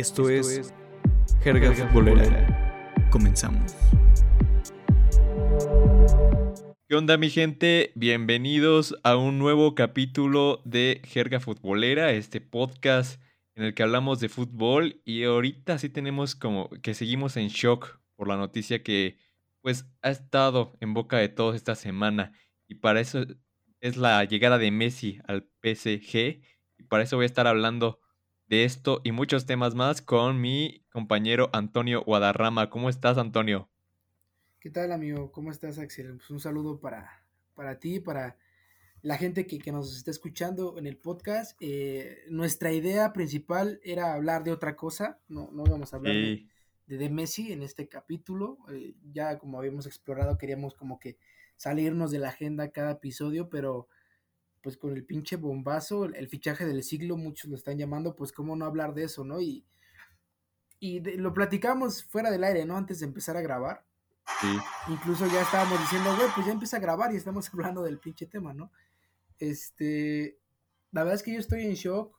Esto es Jerga Futbolera. Comenzamos. ¿Qué onda, mi gente? Bienvenidos a un nuevo capítulo de Jerga Futbolera, este podcast en el que hablamos de fútbol, y ahorita sí tenemos como que seguimos en shock por la noticia que pues ha estado en boca de todos esta semana, y para eso es la llegada de Messi al PSG, y para eso voy a estar hablando de esto y muchos temas más con mi compañero Antonio Guadarrama. ¿Cómo estás, Antonio? ¿Qué tal, amigo? ¿Cómo estás, Axel? Pues un saludo para ti, para la gente que nos está escuchando en el podcast. Nuestra idea principal era hablar de otra cosa, no íbamos a hablar Sí. de Messi en este capítulo. Ya como habíamos explorado, queríamos como que salirnos de la agenda cada episodio, pero pues con el pinche bombazo, el fichaje del siglo, muchos lo están llamando, pues cómo no hablar de eso, ¿no? Lo platicamos fuera del aire, ¿no? Antes de empezar a grabar. Sí. Incluso ya estábamos diciendo, güey, pues ya empieza a grabar y estamos hablando del pinche tema, ¿no? La verdad es que yo estoy en shock.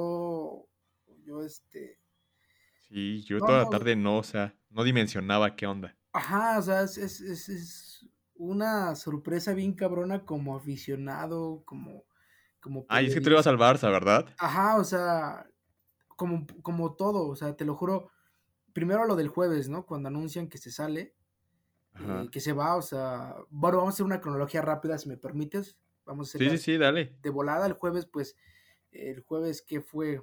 Sí, yo No, toda la no, tarde no, o sea, no dimensionaba qué onda. ajá, o sea, es una sorpresa bien cabrona como aficionado, como Ay, es que tú le vas periodista. al Barça, ¿verdad? Ajá, o sea, como todo, o sea, te lo juro. Primero lo del jueves, ¿no? Cuando anuncian que se sale, Ajá. que se va, o sea, bueno, vamos a hacer una cronología rápida, si me permites. Vamos a Sí, sí, hacerla sí, dale. de volada. El jueves que fue,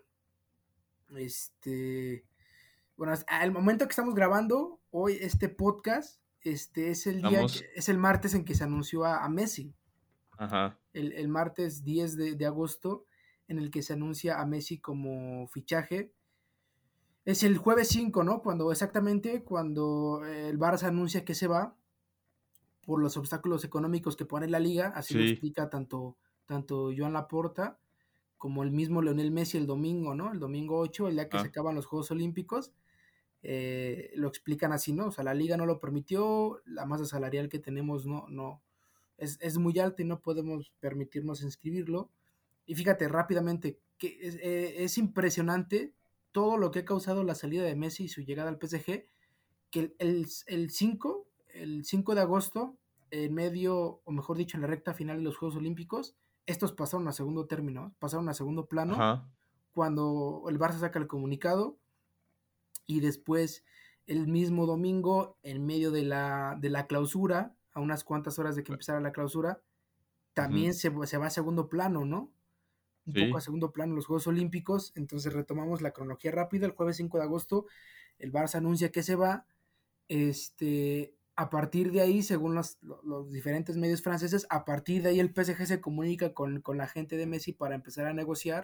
este, bueno, al momento que estamos grabando hoy este podcast, es el día, Estamos, es el martes en que se anunció a Messi, ajá, el martes 10 de agosto, en el que se anuncia a Messi como fichaje. Es el jueves 5, ¿no? Cuando el Barça anuncia que se va por los obstáculos económicos que pone la liga, así lo sí, explica tanto Joan Laporta como el mismo Lionel Messi el domingo, ¿no? El domingo 8, el día que se ah, acaban los Juegos Olímpicos, lo explican así, ¿no? O sea, la liga no lo permitió, la masa salarial que tenemos es muy alta y no podemos permitirnos inscribirlo. Y fíjate rápidamente que es impresionante todo lo que ha causado la salida de Messi y su llegada al PSG, que el 5 de agosto, en medio, o mejor dicho, en la recta final de los Juegos Olímpicos, estos pasaron a segundo término, pasaron a segundo plano, ajá, cuando el Barça saca el comunicado, y después el mismo domingo, en medio de la clausura, a unas cuantas horas de que empezara la clausura, ujú, también se va a segundo plano, ¿no? Un poco a sí, segundo plano los Juegos Olímpicos. Entonces retomamos la cronología rápida. El jueves 5 de agosto el Barça anuncia que se va. A partir de ahí, según los diferentes medios franceses, a partir de ahí el PSG se comunica con la gente de Messi para empezar a negociar.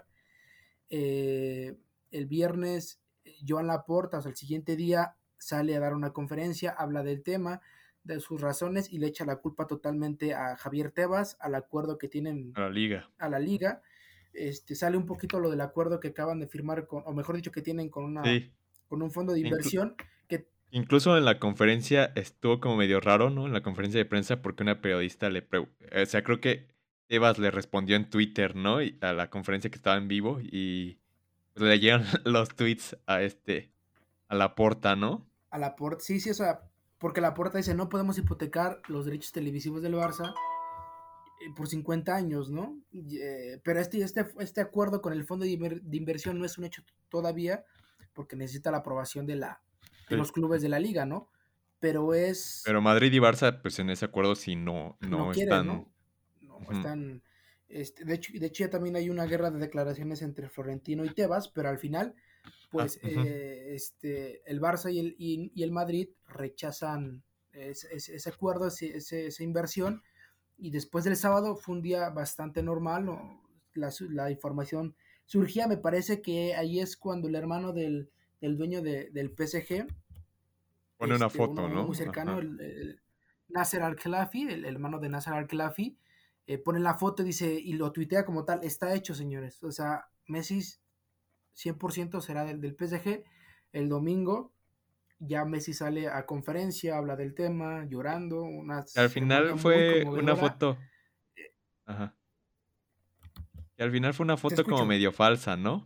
El viernes, Joan Laporta, o sea, el siguiente día, sale a dar una conferencia, habla del tema, de sus razones, y le echa la culpa totalmente a Javier Tebas, al acuerdo que tienen a la liga. a la liga. Sale un poquito lo del acuerdo que acaban de firmar o mejor dicho, que tienen Sí, con un fondo de Inclu- inversión que incluso en la conferencia estuvo como medio raro, ¿no? En la conferencia de prensa porque una periodista o sea, creo que Tebas le respondió en Twitter, ¿no? Y a la conferencia que estaba en vivo y pues, le leyeron los tweets a la porta, ¿no? a la Porta, sí, sí, o sea, porque la Porta dice, no podemos hipotecar los derechos televisivos del Barça por 50 años, ¿no? Pero este acuerdo con el fondo de inversión no es un hecho todavía, porque necesita la aprobación de Sí. los clubes de la liga, ¿no? Pero Pero Madrid y Barça, pues en ese acuerdo sí no no quieren, están. ¿no? No, Ujú. están, de hecho ya también hay una guerra de declaraciones entre Florentino y Tebas, pero al final, Ah, pues, ujú. el Barça y el Madrid rechazan ese acuerdo, esa inversión. Y después del sábado fue un día bastante normal, ¿no? La información surgía, me parece que ahí es cuando el hermano del dueño del PSG, Pone una foto, uno muy ¿no? cercano, Ajá. el Nasser Al-Khelaifi, el hermano de Nasser Al-Khelaifi, pone la foto y dice, y lo tuitea como tal, está hecho, señores. O sea, Messi 100% será del PSG. El domingo ya Messi sale a conferencia, habla del tema, llorando, una Y al ceremonia final muy fue una conmovedora. foto. Ajá. Y al final fue una Te foto como escucho. medio falsa, ¿no?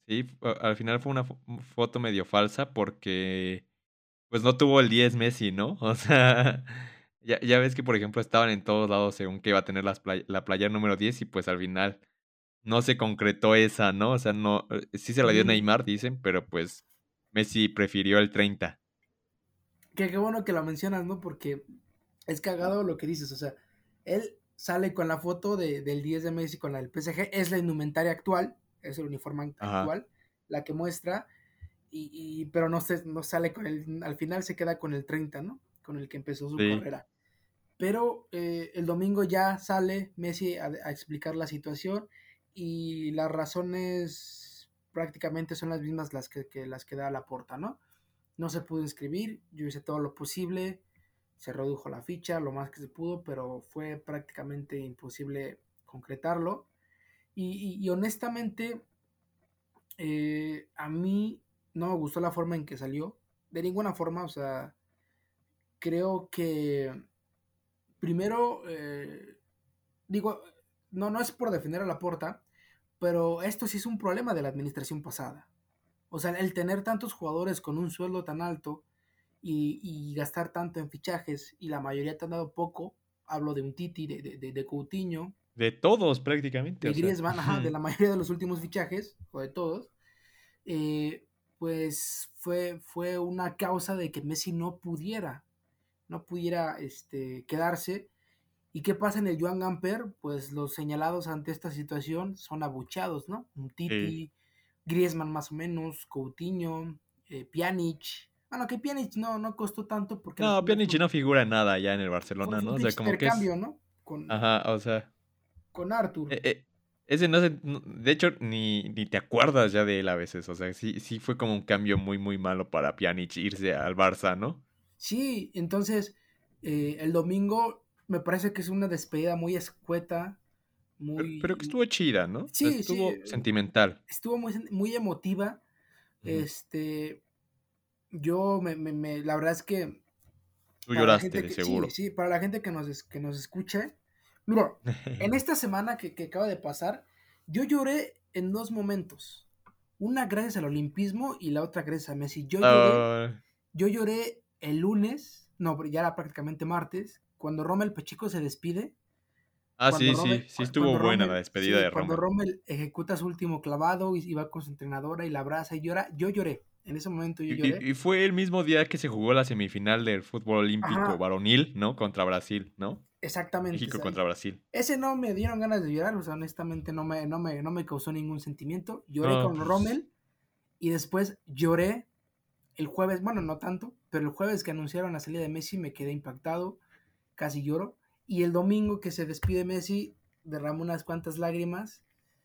Sí, al final fue una foto medio falsa porque pues no tuvo el 10 Messi, ¿no? O sea, ya ves que, por ejemplo, estaban en todos lados según que iba a tener la playera número 10 y pues al final no se concretó esa, ¿no? O sea, no, sí se la dio Sí, Neymar, dicen, pero pues Messi prefirió el 30. que qué bueno que lo mencionas, ¿no? Porque es cagado lo que dices, o sea, él sale con la foto del 10 de Messi con la del PSG, es la indumentaria actual, es el uniforme Ajá, actual, la que muestra, pero no sale con el, al final se queda con el 30, ¿no? Con el que empezó su sí, carrera. Pero el domingo ya sale Messi a explicar la situación y las razones prácticamente son las mismas las que da Laporta, ¿no? No se pudo inscribir, yo hice todo lo posible, se redujo la ficha lo más que se pudo, pero fue prácticamente imposible concretarlo. Y honestamente, a mí no me gustó la forma en que salió, de ninguna forma, o sea, creo que primero, digo, no es por defender a la porta, pero esto sí es un problema de la administración pasada. O sea, el tener tantos jugadores con un sueldo tan alto y gastar tanto en fichajes y la mayoría te han dado poco, hablo de un Titi, de Coutinho, de todos prácticamente, de o sea. Griezmann, ajá, de la mayoría de los últimos fichajes, o de todos, eh, pues fue una causa de que Messi no pudiera quedarse. ¿Y qué pasa en el Joan Gamper? Pues los señalados ante esta situación son abuchados, ¿no? Un Sí. Titi, Griezmann más o menos, Coutinho, Pjanic. Bueno, que Pjanic no costó tanto porque al No, final Pjanic no figura en nada ya en el Barcelona, fue ¿no? un O sea, pinche como que es. intercambio, ¿no? Con, Ajá, o sea. con Arthur. eh, eh, ese no se. De hecho, ni te acuerdas ya de él a veces. O sea, sí fue como un cambio muy, muy malo para Pjanic irse al Barça, ¿no? Sí, entonces el domingo me parece que es una despedida muy escueta, Pero que muy... estuvo chida, ¿no? O sea, Sí, sí, estuvo sentimental. estuvo muy emotiva. Ujú. Este, la verdad es que Tú para la lloraste, gente de que, sí, seguro. sí, para la gente que nos escuche, mira, en esta semana que acaba de pasar, yo lloré en dos momentos. Una gracias al olimpismo y la otra gracias a Messi. Ah, Yo lloré el lunes, no, pero ya era prácticamente martes, cuando Rommel Pacheco se despide, cuando sí estuvo buena la despedida Sí, de cuando Rommel. Rommel ejecuta su último clavado y va con su entrenadora y la abraza y llora, yo lloré. En ese momento yo lloré. Y fue el mismo día que se jugó la semifinal del fútbol olímpico Ajá, varonil, ¿no? Contra Brasil, ¿no? exactamente. O México sea, contra Brasil. ese no me dieron ganas de llorar, o sea, honestamente no me causó ningún sentimiento. Lloré No, con pues. Rommel y después lloré el jueves, bueno, no tanto, pero el jueves que anunciaron la salida de Messi me quedé impactado, casi lloro. Y el domingo que se despide Messi, derramó unas cuantas lágrimas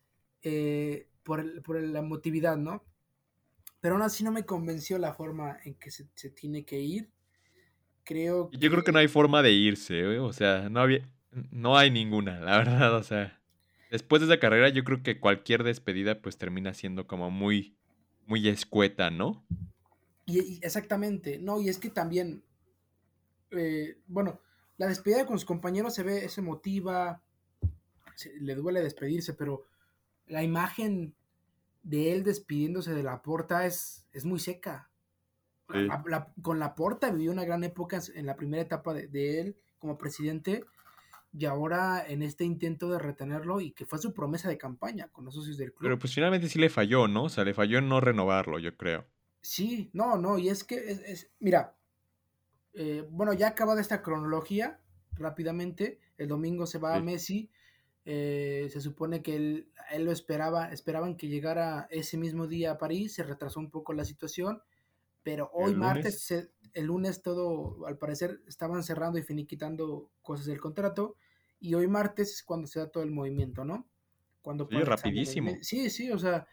por la emotividad, ¿no? Pero aún así no me convenció la forma en que se tiene que ir. Creo Y yo creo que no que hay forma de irse, o sea, no hay ninguna, la verdad, o sea. Después de esa carrera, yo creo que cualquier despedida, pues termina siendo como muy, muy escueta, ¿no? exactamente, no, y es que también, bueno, la despedida con sus compañeros se emotiva, le duele despedirse, pero la imagen de él despidiéndose de la porta es muy seca. Sí. Con la porta vivió una gran época en la primera etapa de él como presidente y ahora en este intento de retenerlo y que fue su promesa de campaña con los socios del Pero club. pues finalmente sí le falló, ¿no? O sea, le falló en no renovarlo, yo creo. Sí, no, y es que, mira, bueno, ya acabada esta cronología, rápidamente, el domingo se va a Sí. Messi, se supone que él lo esperaban que llegara ese mismo día a París, se retrasó un poco la situación, pero ¿Y hoy el lunes? martes, el lunes todo, al parecer, estaban cerrando y finiquitando cosas del contrato, y hoy martes es cuando se da todo el movimiento, ¿no? Cuando Sí, pasa exámenes. rapidísimo. Sí, sí, o sea,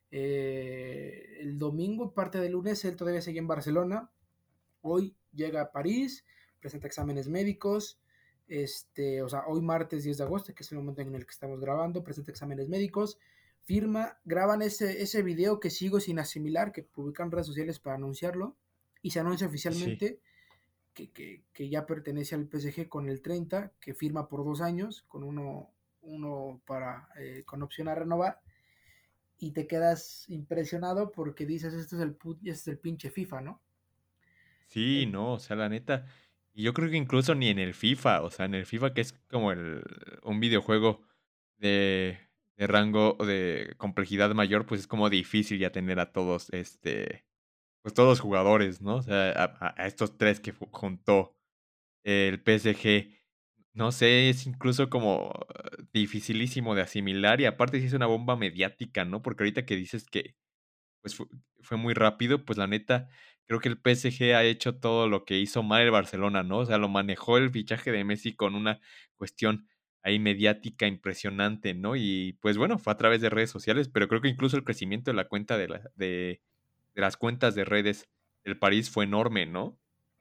el domingo, parte del lunes, él todavía sigue en Barcelona, hoy llega a París, presenta exámenes médicos, o sea, hoy martes 10 de agosto, que es el momento en el que estamos grabando, presenta exámenes médicos, firma, graban ese video que sigo sin asimilar, que publican en redes sociales para anunciarlo, y se anuncia Sí. oficialmente que ya pertenece al PSG con el 30, que firma por 2 años, con uno con opción a renovar, y te quedas impresionado porque dices, este es el pinche FIFA, ¿no? Sí, no, o sea, la neta. Y yo creo que incluso ni en el FIFA, o sea, en el FIFA que es como un videojuego de, de rango o de complejidad mayor, pues es como difícil ya tener a todos, pues todos los jugadores, ¿no? O sea, a estos tres que juntó el PSG. No sé, es incluso como dificilísimo de asimilar y aparte sí es una bomba mediática, ¿no? Porque ahorita que dices que pues fue muy rápido, pues la neta, creo que el PSG ha hecho todo lo que hizo mal el Barcelona, ¿no? O sea, lo manejó el fichaje de Messi con una cuestión ahí mediática impresionante, ¿no? Y pues bueno, fue a través de redes sociales, pero creo que incluso el crecimiento de la cuenta de las cuentas de redes del París fue enorme, ¿no?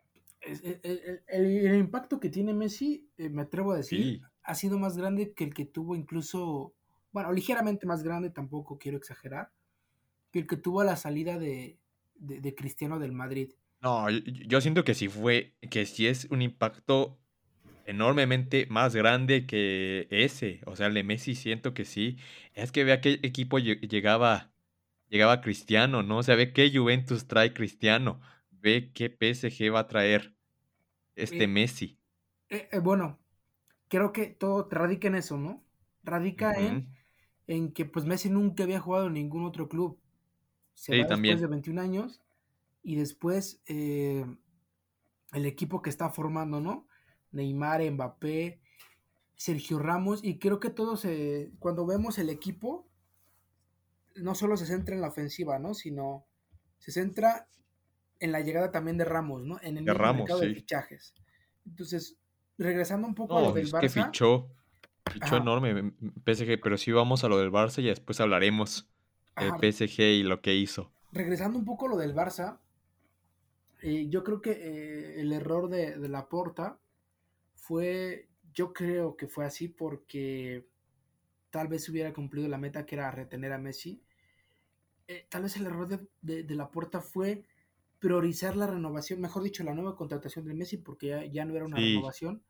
El impacto que tiene Messi, me atrevo a decir, Sí, ha sido más grande que el que tuvo incluso, bueno, ligeramente más grande, tampoco quiero exagerar, que el que tuvo a la salida de Cristiano del Madrid. no, yo siento que que sí es un impacto enormemente más grande que ese. O sea, el de Messi siento que sí. Es que vea qué equipo llegaba Cristiano, ¿no? O sea, ve qué Juventus trae Cristiano. Ve qué PSG va a traer este Eh, Messi. bueno, creo que todo radica en eso, ¿no? Radica Ujú. en que pues Messi nunca había jugado en ningún otro club. Se Sí, va después de también. 21 años y después el equipo que está formando, ¿no? Neymar, Mbappé, Sergio Ramos, y creo que todos, cuando vemos el equipo, no solo se centra en la ofensiva, ¿no? Sino se centra en la llegada también de Ramos, ¿no? En el De mismo Ramos, mercado de sí. fichajes. Entonces, regresando un poco a lo No, del es que Barça, fichó ajá, enorme PSG, pero sí vamos a lo del Barça y después hablaremos del ajá, PSG y lo que hizo. regresando un poco a lo del Barça, yo creo que el error de Laporta fue, yo creo que fue así porque tal vez hubiera cumplido la meta que era retener a Messi. Tal vez el error de Laporta fue priorizar la renovación, mejor dicho, la nueva contratación de Messi, porque ya no era una Sí, renovación,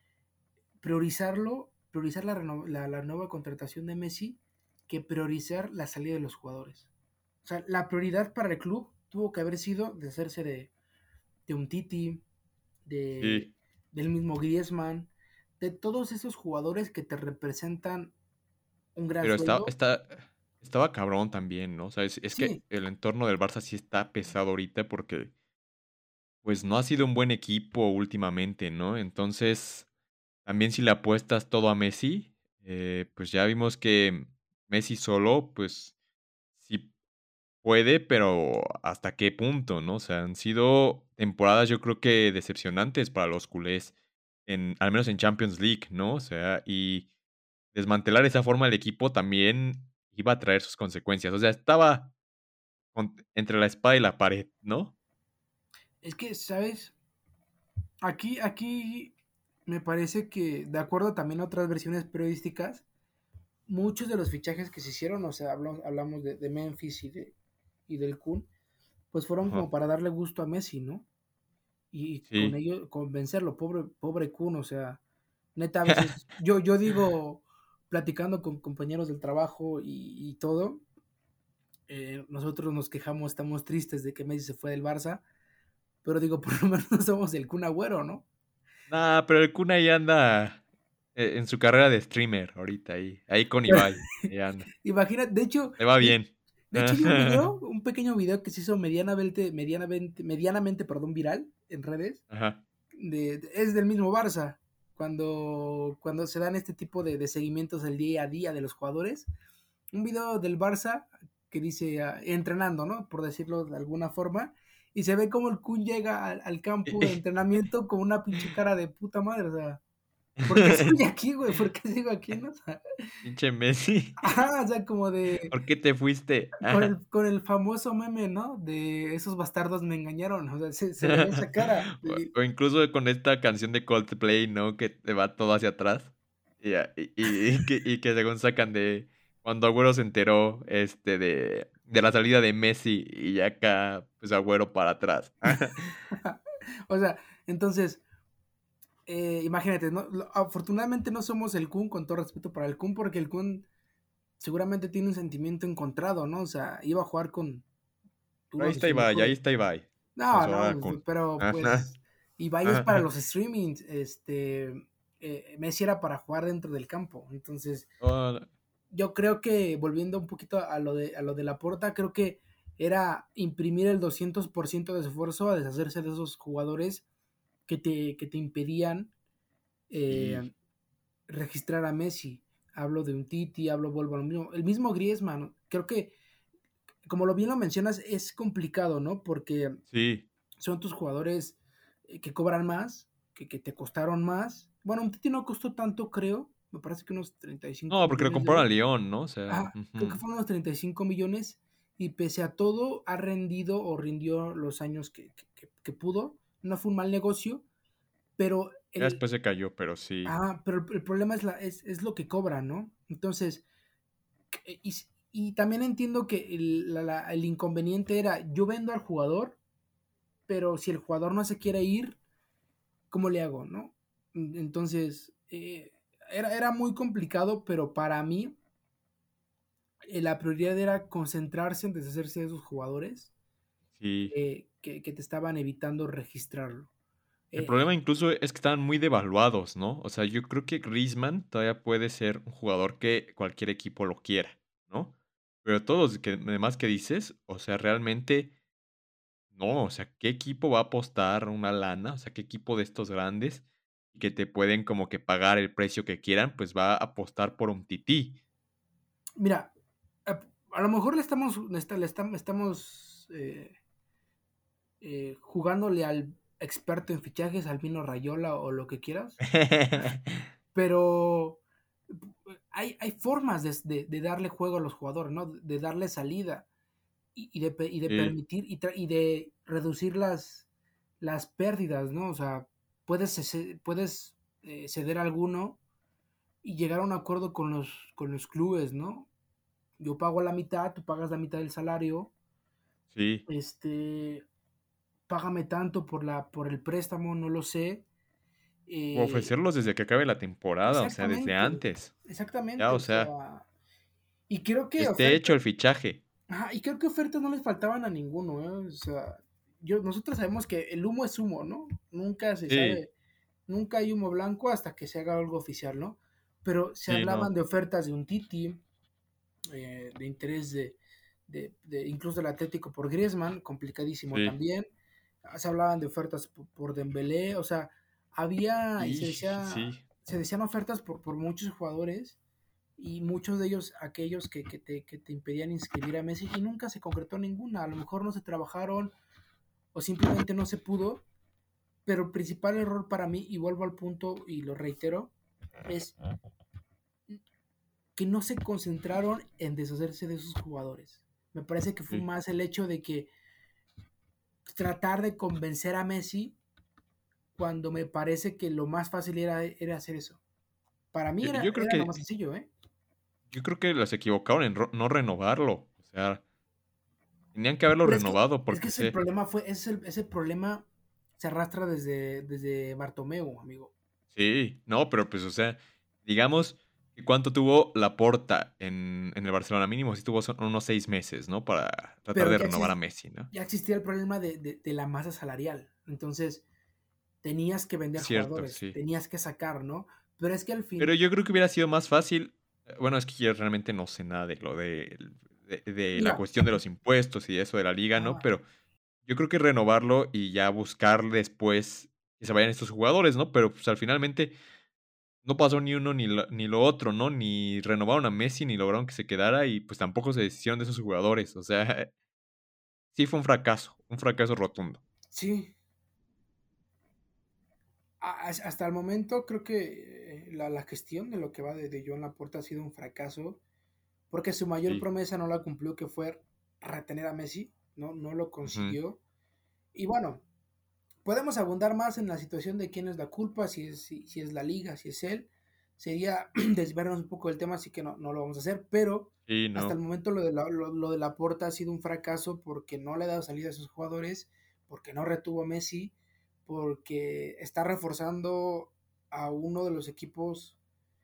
priorizar la nueva contratación de Messi que priorizar la salida de los jugadores. O sea, la prioridad para el club tuvo que haber sido deshacerse de un Titi, de, sí. del mismo Griezmann, de todos esos jugadores que te representan un gran Pero sueldo. estaba cabrón también, ¿no? O sea, es que Sí, el entorno del Barça sí está pesado ahorita porque, pues, no ha sido un buen equipo últimamente, ¿no? Entonces, también si le apuestas todo a Messi, pues ya vimos que Messi solo, pues, sí puede, pero ¿hasta qué punto, no? O sea, han sido temporadas, yo creo que decepcionantes para los culés, al menos en Champions League, ¿no? O sea, y desmantelar esa forma el equipo también iba a traer sus consecuencias. O sea, estaba entre la espada y la pared, ¿no? es que, ¿sabes? Aquí me parece que, de acuerdo también a otras versiones periodísticas, muchos de los fichajes que se hicieron, o sea, hablamos de Memphis y del Kun, pues fueron Ajá. como para darle gusto a Messi, ¿no? Y con Sí. ello convencerlo, pobre Kun, o sea, neta, a veces, yo digo, platicando con compañeros del trabajo y todo, nosotros nos quejamos, estamos tristes de que Messi se fue del Barça, pero digo, por lo menos no somos el Kun Agüero, ¿no? Nah, pero el Kun ahí anda en su carrera de streamer ahorita, ahí con Ibai, ahí anda. Imagina, Le va de, bien. de hecho un pequeño video que se hizo medianamente, perdón, viral en redes, Ajá. es del mismo Barça, cuando se dan este tipo de seguimientos del día a día de los jugadores, un video del Barça que dice entrenando, ¿no? Por decirlo de alguna forma, y se ve como el Kun llega al campo de entrenamiento con una pinche cara de puta madre, o sea, ¿por qué estoy aquí, güey? ¿Por qué sigo aquí, no? O sea, Pinche Messi. ajá, o sea, como de, ¿Por qué te fuiste? con el famoso meme, ¿no? De esos bastardos me engañaron, o sea, se le ve esa cara. O incluso con esta canción de Coldplay, ¿no? Que te va todo hacia atrás. Y que según sacan de cuando Agüero se enteró de la salida de Messi y ya acá, pues Agüero para atrás. O sea, entonces, imagínate, ¿no? Afortunadamente no somos el Kun, con todo respeto para el Kun, porque el Kun seguramente tiene un sentimiento encontrado, ¿no? O sea, iba a jugar con Ahí uno de está sus Ibai, ahí mejores. está Ibai. No, Pasó no, Kun. pero Ajá. pues Ibai es para los streamings, Messi era para jugar dentro del campo. Entonces, Oh, yo creo que volviendo un poquito a lo de Laporta, creo que era imprimir el 200% de esfuerzo a deshacerse de esos jugadores que te impedían sí, eh, registrar a Messi. Hablo de un Titi, vuelvo a lo mismo. El mismo Griezmann, creo que, como bien lo mencionas, es complicado, ¿no? Porque sí. son tus jugadores que cobran más, que te costaron más. Bueno, un Titi no costó tanto, creo. Me parece que unos 35 No, porque lo millones de compraron a euros. León, ¿no? O sea, Ajá, creo que ujú. fueron unos 35 millones y pese a todo ha rendido o rindió los años que pudo. No fue un mal negocio, pero Ya después se cayó, pero sí. pero el problema es lo que cobra, ¿no? Entonces, y también entiendo que el inconveniente era, yo vendo al jugador, pero si el jugador no se quiere ir, ¿cómo le hago, no? Entonces, era muy complicado, pero para mí la prioridad era concentrarse en deshacerse de esos jugadores Sí. que te estaban evitando registrarlo. El Eh, problema incluso es que estaban muy devaluados, ¿no? O sea, yo creo que Griezmann todavía puede ser un jugador que cualquier equipo lo quiera, ¿no? Pero todos los que demás que dices, o sea, realmente no, o sea, ¿qué equipo va a apostar una lana? O sea, ¿qué equipo de estos grandes que te pueden como que pagar el precio que quieran, pues va a apostar por un tití? Mira, a lo mejor estamos jugándole al experto en fichajes, al Vino Rayola o lo que quieras, pero hay formas de darle juego a los jugadores, ¿no? De darle salida y de Sí, permitir y de reducir las pérdidas, ¿no? O sea, puedes ceder alguno y llegar a un acuerdo con los clubes, ¿no? Yo pago la mitad, tú pagas la mitad del salario, sí. este, págame tanto por el préstamo, no lo sé. O Eh, ofrecerlos desde que acabe la temporada, o sea, desde exactamente, antes. Ya, exactamente, o o sea, sea, y creo que que esté hecho ofertas, el fichaje. ajá, y creo que ofertas no les faltaban a ninguno, ¿eh? O sea, nosotros sabemos que el humo es humo, ¿no? Nunca se Sí, sabe, nunca hay humo blanco hasta que se haga algo oficial, ¿no? Pero se sí, hablaban no. de ofertas de un Titi, de interés incluso del Atlético por Griezmann, complicadísimo Sí. también. Se hablaban de ofertas por Dembélé, o sea, había y Y sí. se decían ofertas por muchos jugadores y muchos de ellos aquellos que te impedían inscribir a Messi y nunca se concretó ninguna. A lo mejor no se trabajaron o simplemente no se pudo, pero el principal error para mí, y vuelvo al punto y lo reitero, es que no se concentraron en deshacerse de sus jugadores. Me parece que fue Sí. más el hecho de que tratar de convencer a Messi cuando me parece que lo más fácil era hacer eso. Para mí era, Yo creo era lo que más sencillo, ¿eh? yo creo que los equivocaron en no renovarlo. O sea, tenían que haberlo Pero es que, renovado es que porque ese problema ese problema se arrastra desde Bartomeu, amigo. sí, no, pero pues, o sea, digamos que cuánto tuvo Laporta en el Barcelona, mínimo sí tuvo unos 6 meses, ¿no? Para tratar Pero de renovar a Messi, ¿no? ya existía el problema de la masa salarial. Entonces, tenías que vender Es cierto, jugadores, sí. tenías que sacar, ¿no? Pero es que al Pero fin, yo creo que hubiera sido más fácil. Bueno, es que yo realmente no sé nada de lo de la mira, cuestión de los impuestos y eso de la liga, ¿no? ah, Pero yo creo que renovarlo y ya buscar después que se vayan estos jugadores, ¿no? Pero pues al finalmente no pasó ni uno ni lo otro, ¿no? Ni renovaron a Messi ni lograron que se quedara y pues tampoco se deshicieron de esos jugadores. O sea, sí fue un fracaso rotundo. sí, hasta el momento creo que la gestión de lo que va de Joan Laporta ha sido un fracaso, porque su mayor Sí. promesa no la cumplió, que fue retener a Messi, no lo Ujú. consiguió. Y bueno, podemos abundar más en la situación de quién es la culpa, si es la liga, si es él. Sería desviarnos un poco del tema, así que no lo vamos a hacer, pero Sí, hasta el no. momento lo de Laporta ha sido un fracaso porque no le ha dado salida a sus jugadores, porque no retuvo a Messi, porque está reforzando a uno de los equipos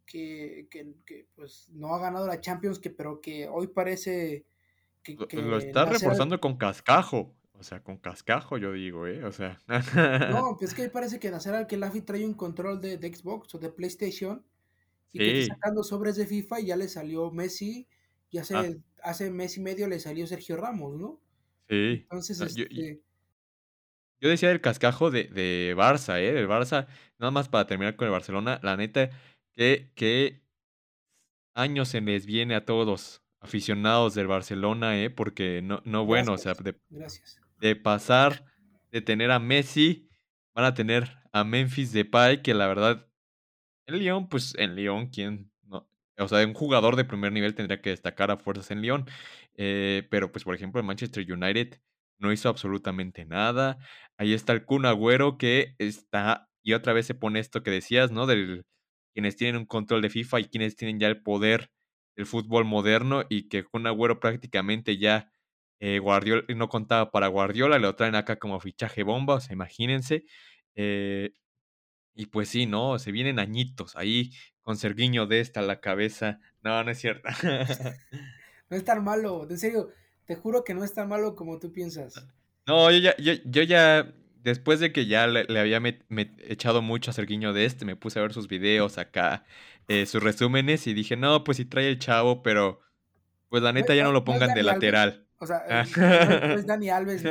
pues no ha ganado la Champions, pero que hoy parece Lo que está nacer al... reforzando con cascajo. O sea, con cascajo yo digo, ¿eh? O sea. No, pues que hoy parece que Nasser Al-Khelaifi trae un control de Xbox o de PlayStation y que está Sí. sacando sobres de FIFA y ya le salió Messi y Ah, hace mes y medio le salió Sergio Ramos, ¿no? sí. Entonces, No, yo decía del cascajo de Barça, ¿eh? Del Barça. Nada más para terminar con el Barcelona. La neta, que años se les viene a todos los aficionados del Barcelona, ¿eh? Porque no bueno, o sea, gracias, gracias. de pasar de tener a Messi, van a tener a Memphis Depay, que la verdad, en Lyon, pues en Lyon, ¿quién no? O sea, un jugador de primer nivel tendría que destacar a fuerzas en Lyon. Pero, pues, por ejemplo, en Manchester United no hizo absolutamente nada. Ahí está el Kun Agüero que está, y otra vez se pone esto que decías, ¿no? Del quienes tienen un control de FIFA y quienes tienen ya el poder del fútbol moderno y que Kun Agüero prácticamente ya Guardiola no contaba para Guardiola, lo traen acá como fichaje bomba, o sea, imagínense. Eh, y pues sí, ¿no? Se vienen añitos ahí con Serguiño Dest a la cabeza. No, no es cierto. No es tan malo, en serio, te juro que no es tan malo como tú piensas. No, yo ya, después de que ya le había echado mucho a Serguiño Dest, me puse a ver sus videos acá, sus resúmenes y dije, no, pues sí trae el chavo, pero pues la No, neta ya no lo no es pongan de Dani Alves, lateral. o sea, Ah. no es Dani Alves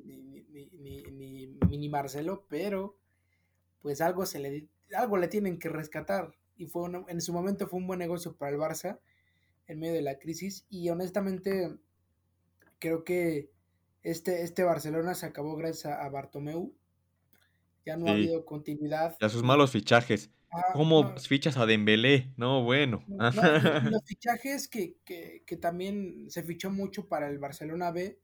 ni Marcelo, pero pues algo le tienen que rescatar. Y en su momento fue un buen negocio para el Barça en medio de la crisis. Y honestamente, creo que este Barcelona se acabó gracias a Bartomeu. Ya no ha Sí, habido continuidad y a sus ni... malos fichajes. ¿Cómo no, fichas a Dembélé? No, bueno. no, y los fichajes que también se fichó mucho para el Barcelona B,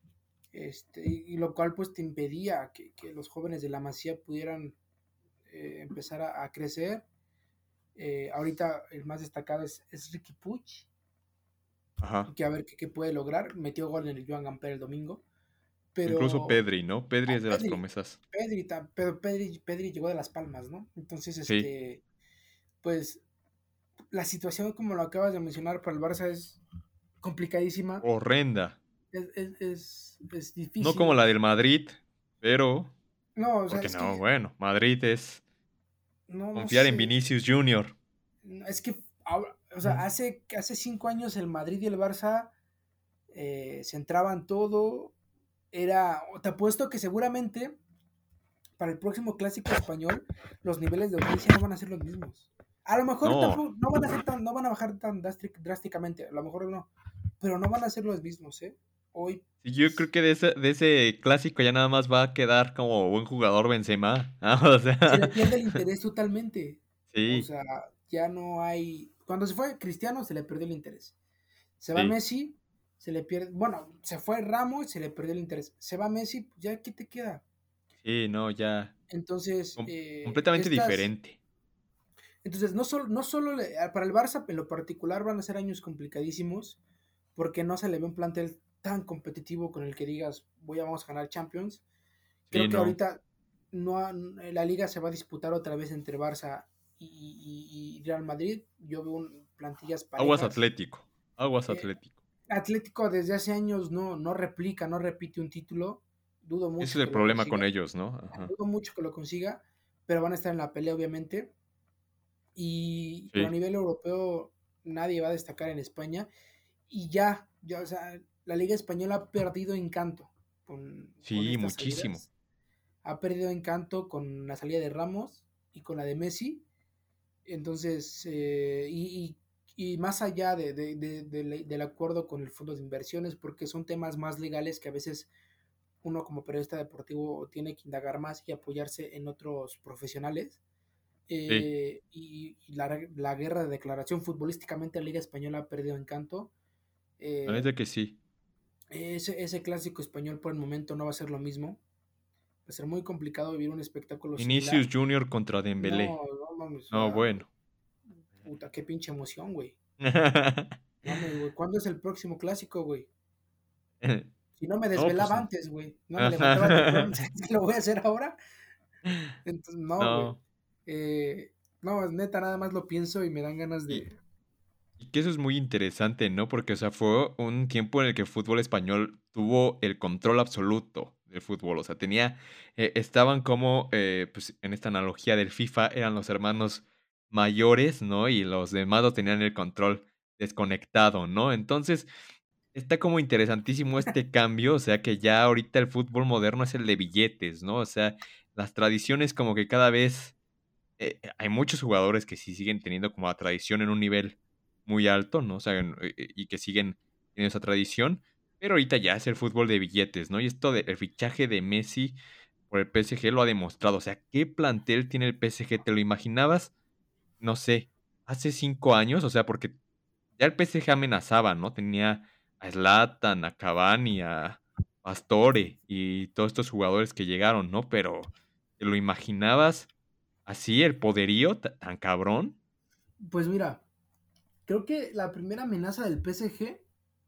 y lo cual pues te impedía que los jóvenes de la Masía pudieran empezar a crecer. Ahorita el más destacado es Ricky Puig, Ajá. que a ver qué puede lograr. Metió gol en el Joan Gamper el domingo, Incluso pero Pedri, ¿no? Pedri es de las Pedri, promesas. pero Pedri llegó de Las Palmas, ¿no? Entonces, Sí, pues la situación, como lo acabas de mencionar, para el Barça es complicadísima, horrenda. es No como difícil. la del Madrid, pero... No, o sea, Porque es no, que, bueno, Madrid es no confiar en sé, Vinicius Junior. es que, o sea, hace 5 años el Madrid y el Barça se entraban todo, te apuesto que seguramente para el próximo clásico español los niveles de audiencia no van a ser los mismos. A lo mejor No, tampoco, no van a ser no van a bajar tan drásticamente, a lo mejor no, pero no van a ser los mismos, ¿eh? Hoy sí, yo creo que de ese clásico ya nada más va a quedar como buen jugador Benzema. O se le sea, pierde el interés totalmente. O sí, sea, ya no hay. Cuando se fue Cristiano, se le perdió el interés. Se va sí, Messi, se le pierde. Bueno, se fue Ramos, se le perdió el interés. Se va Messi, ya ¿qué te queda? sí, no, ya. Entonces, Completamente diferente. entonces no solo para el Barça en lo particular van a ser años complicadísimos porque no se le ve un plantel tan competitivo con el que digas vamos a ganar Champions. Sí, Creo que no. ahorita la liga se va a disputar otra vez entre Barça y Real Madrid. Yo veo plantillas Aguas parejas. Atlético. Aguas Eh, Atlético. Atlético desde hace años no replica, no repite un título. Dudo Ese mucho es el que lo problema con consiga. ellos, ¿no? Ajá. Dudo mucho que lo consiga, pero van a estar en la pelea, obviamente. Pero a Sí, nivel europeo nadie va a destacar en España. Y ya, o sea, la Liga Española ha perdido encanto con sí, estas muchísimo. salidas. Ha perdido encanto con la salida de Ramos y con la de Messi. Entonces, y más allá del acuerdo con el fondo de inversiones, porque son temas más legales que a veces uno como periodista deportivo tiene que indagar más y apoyarse en otros profesionales. Sí, Y la guerra de declaración futbolísticamente la Liga Española ha perdido encanto. la Eh, neta que sí. ese clásico español por el momento no va a ser lo mismo. Va a ser muy complicado vivir un espectáculo Vinicius similar. Junior contra No, Dembélé. no mames, o No, sea, bueno. puta, qué pinche emoción, güey. Mames, güey, ¿cuándo es el próximo clásico, güey? Si no me No, pues. desvelaba antes, güey. No me levantaba temprano, ¿sabes que lo voy a hacer ahora? Entonces, no, güey. No. Eh, No, neta, nada más lo pienso y me dan ganas Y, de... y que eso es muy interesante, ¿no? Porque, o sea, fue un tiempo en el que el fútbol español tuvo el control absoluto del fútbol. O sea, estaban como, pues, en esta analogía del FIFA, eran los hermanos mayores, ¿no? Y los demás lo tenían el control desconectado, ¿no? Entonces, está como interesantísimo este cambio, o sea, que ya ahorita el fútbol moderno es el de billetes, ¿no? O sea, las tradiciones como que cada vez hay muchos jugadores que sí siguen teniendo como la tradición en un nivel muy alto, ¿no? O sea, y que siguen teniendo esa tradición, pero ahorita ya es el fútbol de billetes, ¿no? Y esto del fichaje de Messi por el PSG lo ha demostrado. O sea, ¿qué plantel tiene el PSG? ¿Te lo imaginabas? No sé, hace 5 años, o sea, porque ya el PSG amenazaba, ¿no? Tenía a Zlatan, a Cavani, a Pastore y todos estos jugadores que llegaron, ¿no? Pero, ¿te lo imaginabas así, el poderío tan cabrón? Pues mira, creo que la primera amenaza del PSG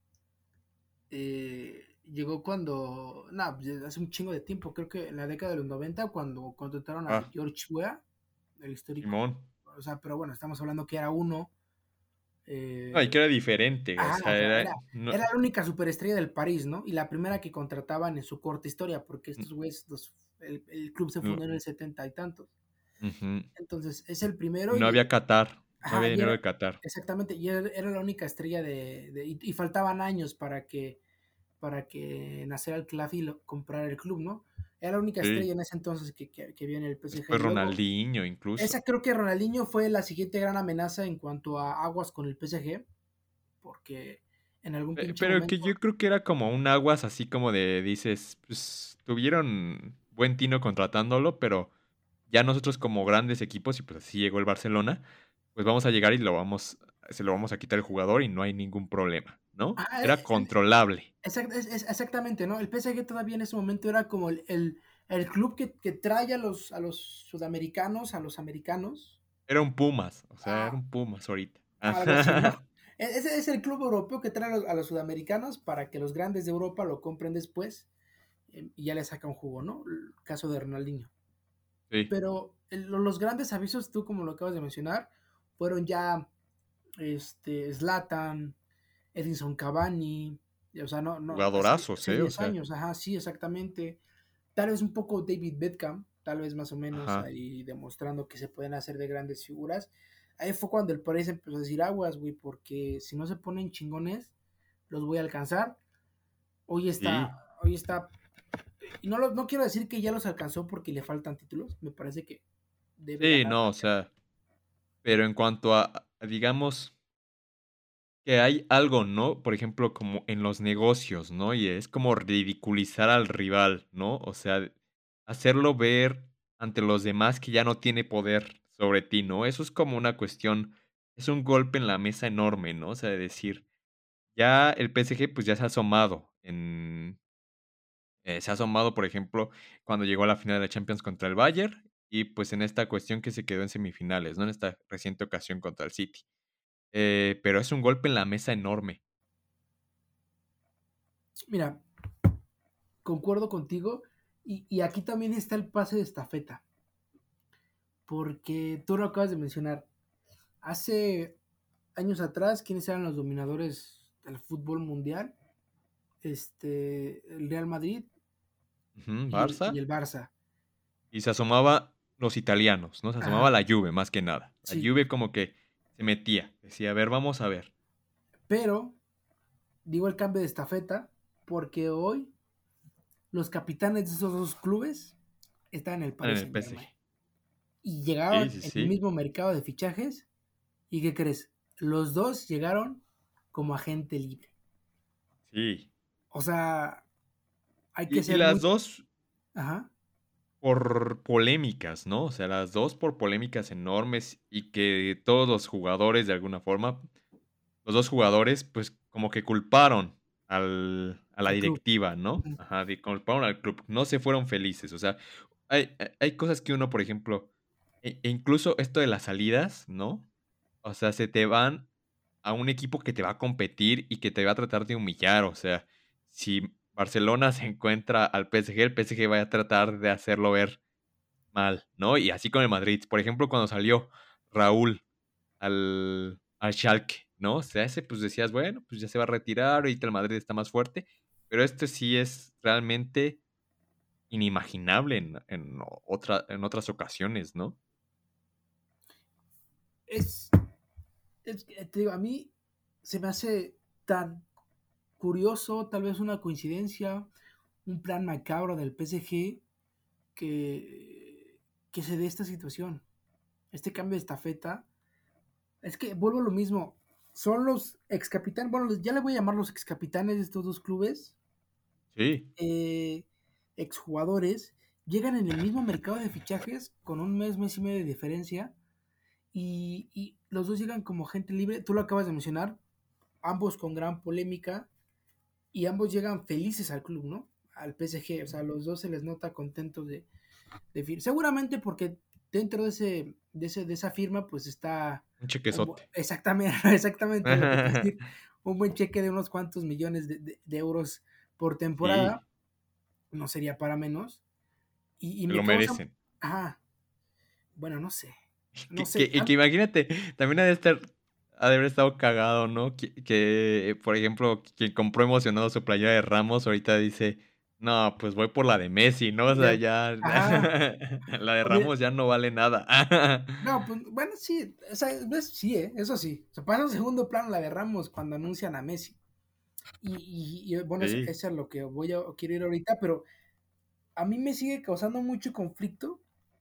llegó cuando, no, hace un chingo de tiempo, creo que en la década de los 90 cuando contrataron a Ah, George Weah, el histórico, Simón. o sea, pero bueno, estamos hablando que era uno, No, y eh, que era diferente, o ajá, sea, o sea, era... No, era la única superestrella del París, ¿no? Y la primera que contrataban en su corta historia, porque n- estos güeyes, el club se no, fundó en el 70 y tantos. ujú. Entonces, es el Y primero no había Qatar, no ajá, había y dinero era, de Qatar. exactamente, y era la única estrella y faltaban años para que Nasser Al-Khelaifi comprara el club, ¿no? Era la única estrella Sí. en ese entonces que había en el PSG. Después Luego, Ronaldinho esa incluso. creo que Ronaldinho fue la siguiente gran amenaza en cuanto a aguas con el PSG, porque en algún pinche Pero que momento, yo creo que era como un aguas así como de, dices, pues tuvieron buen tino contratándolo, pero ya nosotros como grandes equipos, y pues así llegó el Barcelona, pues vamos a llegar y se lo vamos a quitar el jugador y no hay ningún problema, ¿no? ah, Era controlable. exactamente, ¿no? El PSG todavía en ese momento era como el club que trae a los sudamericanos, a los americanos, Era un Pumas, o sea, era a, un Pumas ahorita. algo así, ¿no? Ajá. Ese es el club europeo que trae a los sudamericanos para que los grandes de Europa lo compren después y ya le saca un jugo, ¿no? El caso de Ronaldinho. Sí, Pero los grandes avisos, tú como lo acabas de mencionar, fueron ya Zlatan, Edinson Cavani, o sea, no, jugadorazos, hace O 10 sea, años, ajá, sí, exactamente. Tal vez un poco David Beckham, tal vez más o menos ajá. ahí demostrando que se pueden hacer de grandes figuras. Ahí fue cuando el Paris empezó a decir aguas, güey, porque si no se ponen chingones, los voy a alcanzar. Sí, Hoy está, y no quiero decir que ya los alcanzó porque le faltan títulos, me parece que debe sí, ganar no, o mañana. sea, pero en cuanto digamos, que hay algo, ¿no? Por ejemplo, como en los negocios, ¿no? Y es como ridiculizar al rival, ¿no? O sea, hacerlo ver ante los demás que ya no tiene poder sobre ti, ¿no? Eso es como una cuestión, es un golpe en la mesa enorme, ¿no? O sea, de decir, ya el PSG pues ya se ha asomado, por ejemplo, cuando llegó a la final de la Champions contra el Bayern y pues en esta cuestión que se quedó en semifinales, ¿no? En esta reciente ocasión contra el City. Pero es un golpe en la mesa enorme. Mira, concuerdo contigo y aquí también está el pase de estafeta, porque tú lo acabas de mencionar. Hace años atrás, ¿quiénes eran los dominadores del fútbol mundial? El Real Madrid Ujú, y Barça. el Barça. Y se asomaba los italianos, ¿no? Se asomaba Ajá, la Juve, más que nada. La sí. Juve como que se metía. Decía, a ver, vamos a ver. Pero digo el cambio de estafeta porque hoy los capitanes de esos dos clubes están en el En Paris el Saint Germain. PSG. Y Sí, llegaron sí, en el sí. mismo mercado de fichajes. ¿Y qué crees? Los dos llegaron como agente libre. Sí. O sea, hay que Y ser muy... las dos Ajá. por polémicas, ¿no? O sea, las dos por polémicas enormes y que todos los jugadores, de alguna forma, los dos jugadores, pues como que culparon a la Al club. directiva, ¿no? Ujú. Ajá, culparon al club. No se fueron felices. O sea, hay cosas que uno, por ejemplo, e incluso esto de las salidas, ¿no? O sea, se te van a un equipo que te va a competir y que te va a tratar de humillar. O sea, si Barcelona se encuentra al PSG, el PSG va a tratar de hacerlo ver mal, ¿no? Y así con el Madrid. Por ejemplo, cuando salió Raúl al Schalke, ¿no? O sea, ese pues decías, bueno, pues ya se va a retirar, ahorita el Madrid está más fuerte, pero este sí es realmente inimaginable en otras ocasiones, ¿no? Es, te digo, a mí se me hace tan curioso, tal vez una coincidencia, un plan macabro del PSG que se dé esta situación, este cambio de estafeta. Es que vuelvo a lo mismo, son los ex capitanes, bueno, ya le voy a llamar los ex capitanes de estos dos clubes, Sí, exjugadores, llegan en el mismo mercado de fichajes con un mes y medio de diferencia y los dos llegan como gente libre, tú lo acabas de mencionar, ambos con gran polémica y ambos llegan felices al club, ¿no? Al PSG, o sea, a los dos se les nota contentos de seguramente porque dentro de esa firma pues está un chequezote. exactamente, exactamente lo que te decir, un buen cheque de unos cuantos millones de euros por temporada, Sí, no sería para menos, y se me lo causa, merecen. ajá, bueno, no sé, no Que, sé, que, y que imagínate, también ha de haber estado cagado, ¿no? Por ejemplo, quien compró emocionado su playera de Ramos, ahorita dice, no, pues voy por la de Messi, ¿no? O sea, ya, ajá, la de oye, Ramos ya no vale nada. no, pues bueno, sí, o sea, sí, eso sí, se pasa un segundo plano la de Ramos cuando anuncian a Messi. Bueno, Sí, eso es lo que quiero ir ahorita, pero a mí me sigue causando mucho conflicto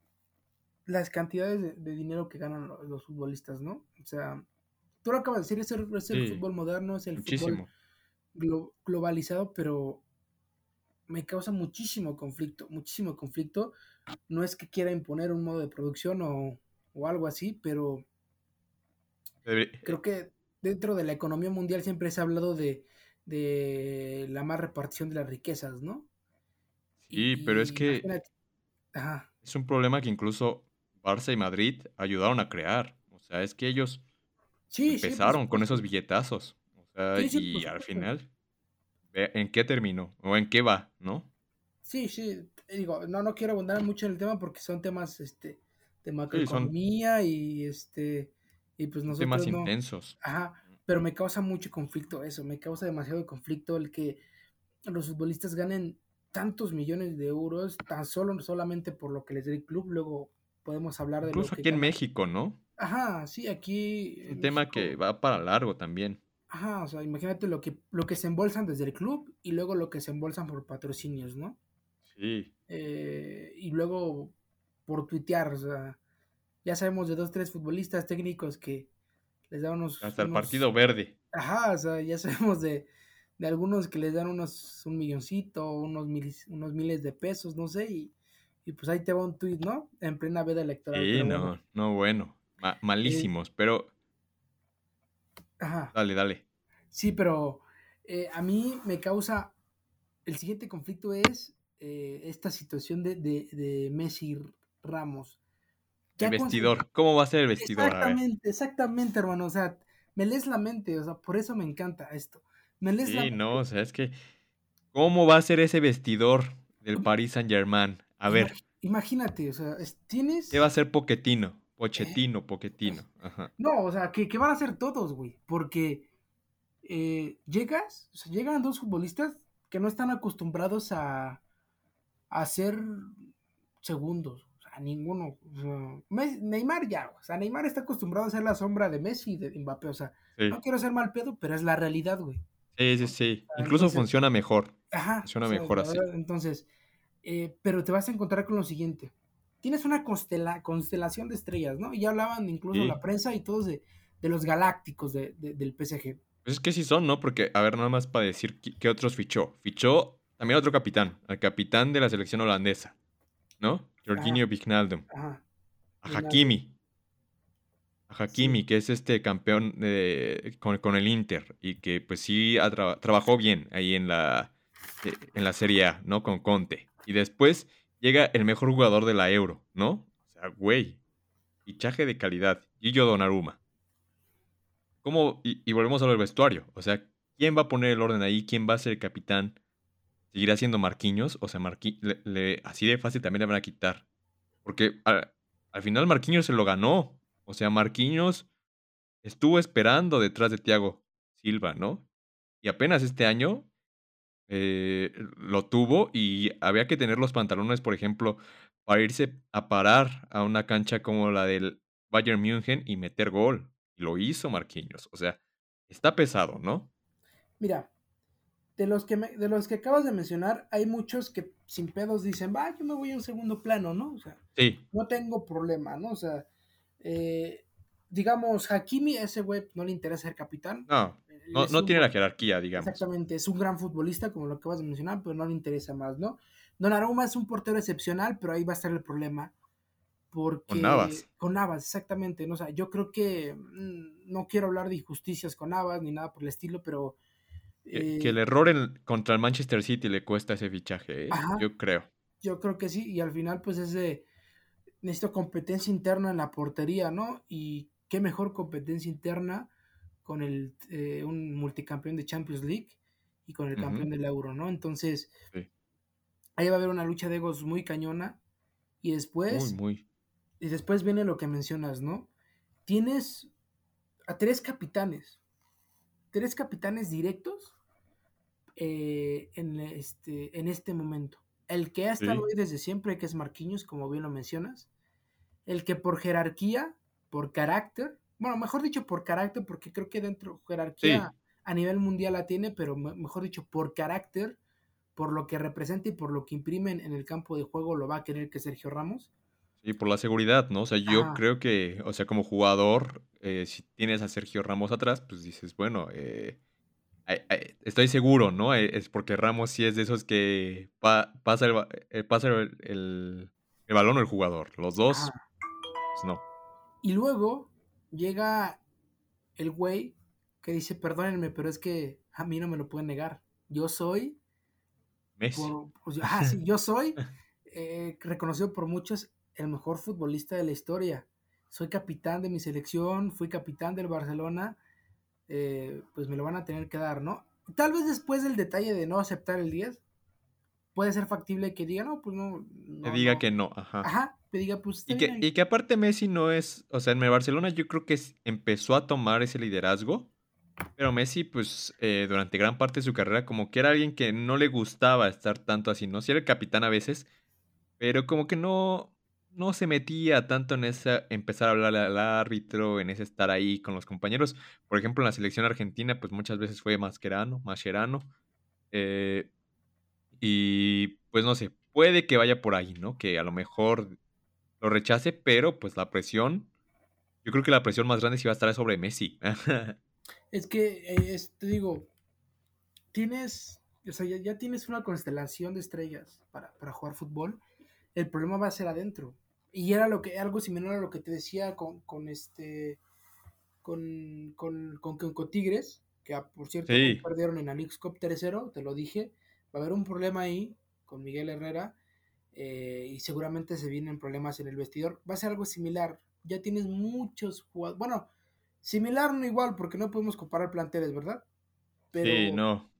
las cantidades de dinero que ganan los futbolistas, ¿no? O sea, tú lo acabas de decir, es el sí, fútbol moderno, es el fútbol muchísimo. globalizado, pero me causa muchísimo conflicto, muchísimo conflicto. No es que quiera imponer un modo de producción o algo así, pero creo que dentro de la economía mundial siempre se ha hablado de la más repartición de las riquezas, ¿no? Sí, pero es Y que imagínate, ajá, es un problema que incluso Barça y Madrid ayudaron a crear. O sea, es que ellos sí, sí, por empezaron con esos supuesto, billetazos. O sea, sí, sí, por y al supuesto, final, ve en qué terminó o en qué va, ¿no? sí, sí, digo, no quiero abundar mucho en el tema porque son temas, de Sí, son macroeconomía y pues temas nosotros no, intensos. ajá, pero me causa mucho conflicto eso, me causa demasiado conflicto el que los futbolistas ganen tantos millones de euros tan solamente por lo que les dé el club, luego podemos hablar de lo Incluso que aquí en ganan. México, ¿no? Ajá, sí, aquí Es un en tema que México, va para largo también. ajá, o sea, imagínate lo que se embolsan desde el club y luego lo que se embolsan por patrocinios, ¿no? Sí, Y luego por tuitear, o sea, ya sabemos de dos, tres futbolistas técnicos que les dan hasta el partido verde. ajá, o sea, ya sabemos de algunos que les dan un milloncito, unos miles de pesos, no sé, y pues ahí te va un tuit, ¿no? En plena veda electoral, Sí, pero bueno, no, no, bueno, eh, malísimos, pero ajá, dale, dale. sí, pero a mí me causa, el siguiente conflicto es esta situación de Messi El Ramos. vestidor, ¿cómo va a ser el vestidor? A ver. Exactamente, exactamente, hermano. O sea, me lees la mente, o sea, por eso me encanta esto. Me lees la Sí, no, mente. o sea, es que, ¿cómo va a ser ese vestidor del Paris Saint-Germain? A ver, Imagínate, o sea, ¿qué va a tienes. ser Pochettino? eh, Pochettino. Ajá. no, o sea, que van a ser todos, güey. Porque o sea, llegan dos futbolistas que no están acostumbrados a hacer segundos. O sea, ninguno. O sea, Neymar ya, o sea, Neymar está acostumbrado a ser la sombra de Messi y de Mbappé. O sea, no Sí, quiero ser mal pedo, pero es la realidad, güey. sí, sí, sí. Incluso Entonces, funciona mejor. ajá, o Funciona sea, mejor la así. verdad, entonces, pero te vas a encontrar con lo siguiente. Tienes una constelación de estrellas, ¿no? Y ya hablaban incluso la Sí. prensa y todos de los galácticos del PSG. Pues es que sí son, ¿no? Porque, a ver, nada más para decir qué otros fichó. Fichó también otro capitán, al capitán de la selección holandesa, ¿no? Ajá, Jorginho Wijnaldum. ajá, A Wijnaldum, Hakimi. A sí, Hakimi, que es este campeón con el Inter y que pues sí trabajó bien ahí en la Serie A, ¿no? Con Conte. Y después llega el mejor jugador de la Euro, ¿no? O sea, güey, fichaje de calidad. Gillo Donnarumma. ¿Cómo? Y volvemos a lo del vestuario. O sea, ¿quién va a poner el orden ahí? ¿Quién va a ser el capitán? ¿Seguirá siendo Marquinhos? O sea, así de fácil también le van a quitar. Porque al final Marquinhos se lo ganó. O sea, Marquinhos estuvo esperando detrás de Thiago Silva, ¿no? Y apenas este año lo tuvo y había que tener los pantalones, por ejemplo, para irse a parar a una cancha como la del Bayern München y meter gol. Y lo hizo Marquinhos. O sea, está pesado, ¿no? Mira, de los que acabas de mencionar, hay muchos que sin pedos dicen, va, yo me voy a un segundo plano, ¿no? O sea, Sí. no tengo problema, ¿no? O sea, eh, digamos, Hakimi, ese güey no le interesa ser capitán. No, Él no, es no un tiene la buen, jerarquía, digamos. exactamente, es un gran futbolista, como lo acabas de mencionar, pero no le interesa más, ¿no? Donnarumma es un portero excepcional, pero ahí va a estar el problema. Con Porque Navas. con Navas, exactamente, ¿no? O sea, yo creo que no quiero hablar de injusticias con Navas ni nada por el estilo, pero Que el error contra el Manchester City le cuesta ese fichaje, ¿eh? ajá, Yo creo. yo creo que sí, y al final, pues es de necesito competencia interna en la portería, ¿no? Y qué mejor competencia interna con un multicampeón de Champions League y con el Ujú, campeón del Euro, ¿no? Entonces, sí. ahí va a haber una lucha de egos muy cañona y Muy, después, muy. y después viene lo que mencionas, ¿no? Tienes a tres capitanes directos en este momento. El que ha estado Sí. ahí desde siempre, que es Marquinhos, como bien lo mencionas. El que por jerarquía, por carácter, bueno, mejor dicho por carácter, porque creo que dentro jerarquía Sí. a nivel mundial la tiene, pero mejor dicho por carácter, por lo que representa y por lo que imprime en el campo de juego, lo va a querer que Sergio Ramos. Sí, por la seguridad, ¿no? O sea, yo Ajá, creo que, o sea, como jugador, si tienes a Sergio Ramos atrás, pues dices, bueno, estoy seguro, ¿no? Es porque Ramos sí es de esos que pasa el balón o el jugador. Los dos, ajá. pues no. Y luego llega el güey que dice, perdónenme, pero es que a mí no me lo pueden negar. Yo soy Messi. sí, yo soy reconocido por muchos el mejor futbolista de la historia. Soy capitán de mi selección, fui capitán del Barcelona, pues me lo van a tener que dar, ¿no? Tal vez después del detalle de no aceptar el 10 puede ser factible que diga, no, pues no, Que no, diga no. que no, ajá. Ajá, que diga, pues está Y bien que, ahí. y que aparte Messi no es, o sea, en el Barcelona yo creo que empezó a tomar ese liderazgo. Pero Messi, pues, durante gran parte de su carrera, como que era alguien que no le gustaba estar tanto así, ¿no? Sí era el capitán a veces, pero como que no se metía tanto en esa empezar a hablarle al árbitro, en ese estar ahí con los compañeros. Por ejemplo, en la selección argentina, pues, muchas veces fue Mascherano, eh, y, pues, no sé, puede que vaya por ahí, ¿no? Que a lo mejor lo rechace, pero, pues, yo creo que la presión más grande sí va a estar sobre Messi. Es que, te digo, o sea, ya tienes una constelación de estrellas para jugar fútbol. El problema va a ser adentro. Y era algo similar a lo que te decía con Tigres, que por cierto hoy Sí, perdieron en la Leagues Cup 3-0, te lo dije, va a haber un problema ahí con Miguel Herrera, y seguramente se vienen problemas en el vestidor. Va a ser algo similar, ya tienes muchos jugadores, bueno, similar no igual, porque no podemos comparar planteles, ¿verdad? sí, Pero no.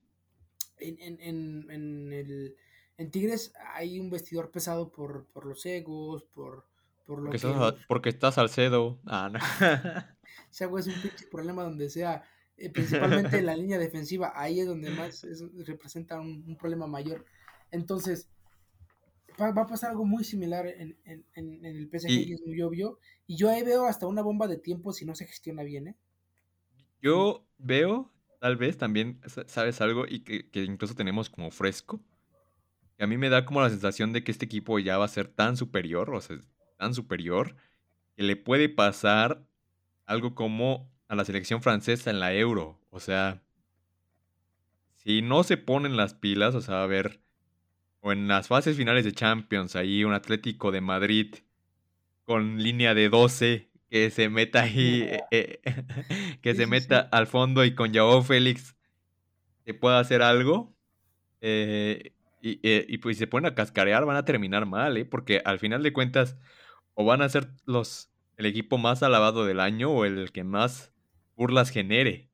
en Tigres hay un vestidor pesado por los egos, por Porque lo que los porque está Salcedo. Ah, no. Sago es un pinche problema donde sea, principalmente en la línea defensiva, ahí es donde más representa un problema mayor. Entonces, va a pasar algo muy similar en el PSG y Y es muy obvio. Y yo ahí veo hasta una bomba de tiempo si no se gestiona bien, ¿eh? Sí. yo veo, tal vez también, ¿sabes algo? Y que incluso tenemos como fresco. Que a mí me da como la sensación de que este equipo ya va a ser tan superior, o sea, tan superior, que le puede pasar algo como a la selección francesa en la Euro. O sea, si no se ponen las pilas, o sea, a ver, o en las fases finales de Champions, ahí un Atlético de Madrid con línea de 12 que se meta ahí, que Sí, se sí, meta sí. al fondo y con Joao Félix que pueda hacer algo. Y pues si se ponen a cascarear, van a terminar mal, ¿eh? Porque al final de cuentas, o van a ser el equipo más alabado del año o el que más burlas genere.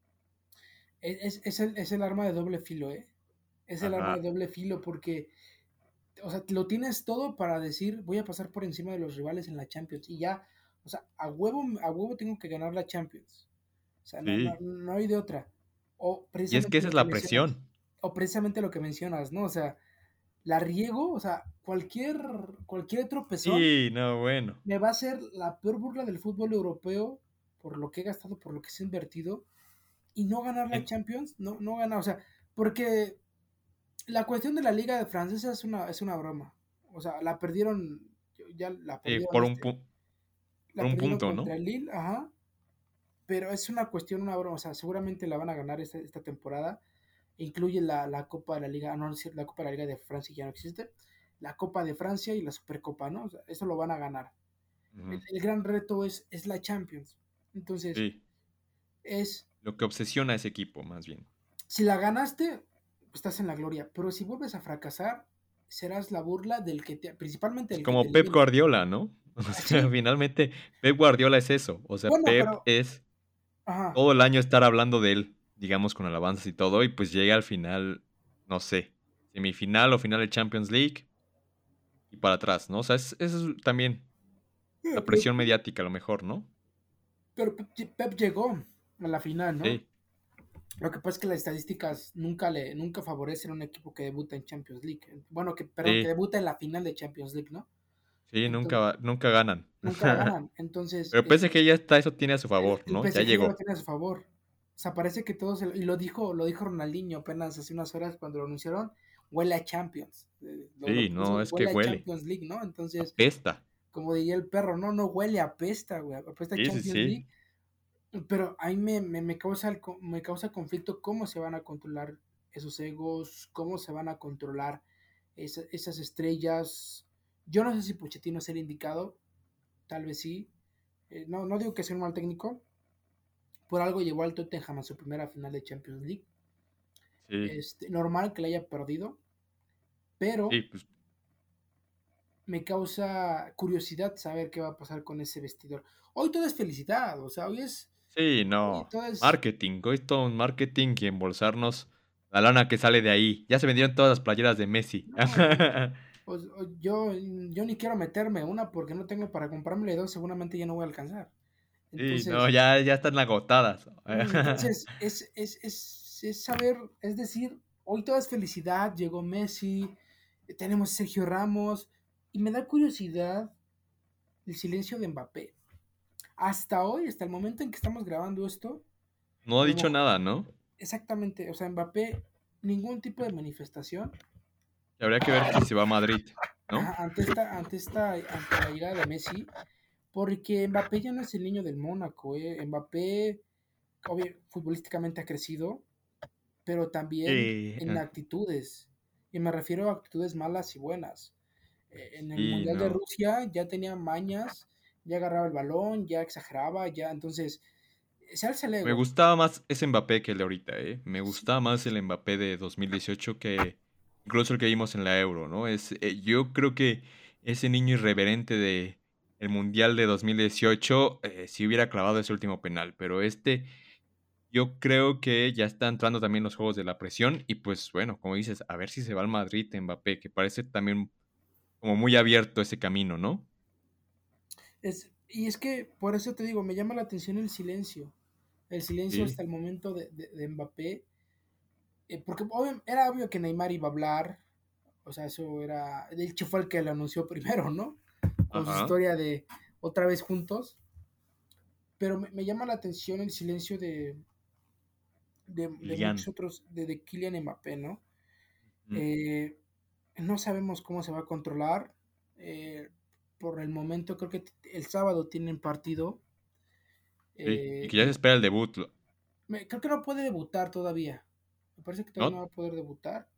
Es el arma de doble filo, ¿eh? Es el arma de Ajá. doble filo porque, o sea, lo tienes todo para decir, voy a pasar por encima de los rivales en la Champions y ya O sea, a huevo tengo que ganar la Champions. O sea, Sí. no hay de otra. O Y es que precisamente esa lo es que la mencionas. presión. O precisamente lo que mencionas, ¿no? O sea, la riego, o sea, cualquier tropezón Sí, no, bueno. me va a hacer la peor burla del fútbol europeo por lo que he gastado, por lo que se ha invertido, y no ganar la En- Champions, no ganar, o sea, porque la cuestión de la liga francesa es una broma. O sea, la perdieron, ya por la un perdieron punto, contra ¿no? el Lille, ajá, pero es una cuestión, una broma, o sea, seguramente la van a ganar esta temporada. Incluye la Copa de la Liga, no, es cierto, la Copa de la Liga de Francia ya no existe, la Copa de Francia y la Supercopa, ¿no? O sea, eso lo van a ganar. El, Ujú. el gran reto es la Champions. Entonces, Sí. es, Lo que obsesiona a ese equipo, más bien. si la ganaste, estás en la gloria, pero si vuelves a fracasar, serás la burla principalmente Pues del que te como Pep elimina. Guardiola, ¿no? O sea, Sí, finalmente Pep Guardiola es eso. O sea, bueno, Pep pero, es ajá, todo el año estar hablando de él, digamos, con alabanzas y todo, y pues llega al final, no sé, semifinal o final de Champions League y para atrás, ¿no? O sea, eso es también la pero, presión mediática a lo mejor, ¿no? pero Pep llegó a la final, ¿no? Sí, Lo que pasa es que las estadísticas nunca favorecen a un equipo que debuta en Champions League. Bueno, perdón, que sí, debuta en la final de Champions League, ¿no? sí, Entonces, nunca ganan. nunca la ganan. Entonces, Pero PSG ya está, eso tiene a su el, favor, el ¿no? Ya PSG ya lo llegó. tiene a su favor. O sea, parece que todos, y lo dijo Ronaldinho apenas hace unas horas cuando lo anunciaron, huele a Champions. Lo Sí, puso, no, es que huele a huele. Champions League, ¿no? Entonces, Apesta. como diría el perro, no huele a pesta, güey, apesta a Sí, sí, Champions sí. League. Pero a mí me causa conflicto cómo se van a controlar esos egos, cómo se van a controlar esas estrellas. Yo no sé si Pochettino es el indicado, tal vez sí. No digo que sea un mal técnico, por algo llevó al Tottenham a su primera final de Champions League. Sí, Normal que la haya perdido, pero sí, pues me causa curiosidad saber qué va a pasar con ese vestidor. Hoy todo es felicidad, o sea, sí, hoy no. todo es, Marketing, hoy es todo un marketing y embolsarnos la lana que sale de ahí. Ya se vendieron todas las playeras de Messi. no, yo ni quiero meterme una porque no tengo para comprarme dos, seguramente ya no voy a alcanzar. Sí, no, Entonces, ya están agotadas. entonces es saber, es decir, hoy todo es felicidad, llegó Messi, tenemos a Sergio Ramos, y me da curiosidad el silencio de Mbappé. Hasta hoy, hasta el momento en que estamos grabando esto, No ha a lo dicho mejor, nada, ¿no? exactamente, o sea, Mbappé, ningún tipo de manifestación Y habría que ver si se va a Madrid, ¿no? ante la llegada de Messi, porque Mbappé ya no es el niño del Mónaco, Mbappé, futbolísticamente ha crecido, pero también Sí, en actitudes, y me refiero a actitudes malas y buenas. En el sí, Mundial de no. Rusia ya tenía mañas, ya agarraba el balón, ya exageraba, ya, entonces, se alza el Me ego. gustaba más ese Mbappé que el de ahorita, ¿eh? Me Sí, gustaba más el Mbappé de 2018 que incluso el que vimos en la Euro, ¿no? Yo creo que ese niño irreverente de el Mundial de 2018 sí hubiera clavado ese último penal, pero yo creo que ya está entrando también los juegos de la presión y pues bueno, como dices, a ver si se va al Madrid Mbappé, que parece también como muy abierto ese camino, ¿no? y es que por eso te digo, me llama la atención el silencio Sí, hasta el momento de Mbappé, porque era obvio que Neymar iba a hablar, o sea, eso era, de hecho fue el que lo anunció primero, ¿no? Con su ajá, historia de otra vez juntos, pero me llama la atención el silencio de Kylian. muchos otros, de Kylian Mbappé, ¿no? Mm, Eh, no sabemos cómo se va a controlar. eh, por el momento, creo que el sábado tienen partido. sí, y eh, que ya se y espera el debut, creo que no puede debutar todavía. Me parece que todavía no ¿no? va a poder debutar.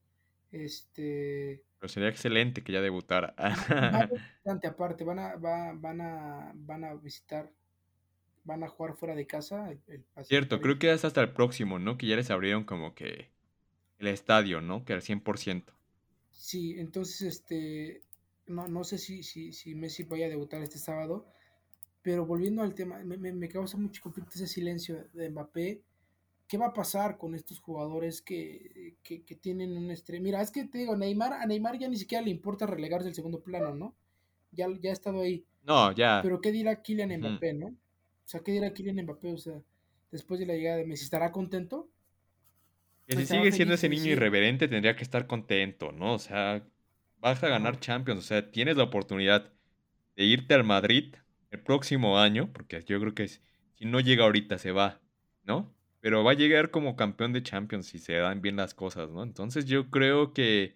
Este Pero sería excelente que ya debutara. va a bastante aparte, van a visitar, van a jugar fuera de casa hacia Cierto, París. creo que es hasta el próximo, ¿no? Que ya les abrieron como que el estadio, ¿no? Que al 100%. Sí, entonces no sé si Messi vaya a debutar este sábado, pero volviendo al tema, me causa mucho conflicto ese silencio de Mbappé. ¿Qué va a pasar con estos jugadores que tienen un estrés? Mira, es que te digo, a Neymar ya ni siquiera le importa relegarse al segundo plano, ¿no? ya ha estado ahí. No, ya. Pero ¿qué dirá Kylian Ujú. Mbappé, no? O sea, ¿qué dirá Kylian Mbappé? O sea, después de la llegada de Messi, ¿estará contento? Que si ¿Estará sigue siendo feliz ese de niño decir, irreverente, tendría que estar contento, ¿no? O sea, vas a ganar ajá, Champions, o sea, tienes la oportunidad de irte al Madrid el próximo año, porque yo creo que si no llega ahorita se va, ¿no? Pero va a llegar como campeón de Champions si se dan bien las cosas, ¿no? Entonces yo creo que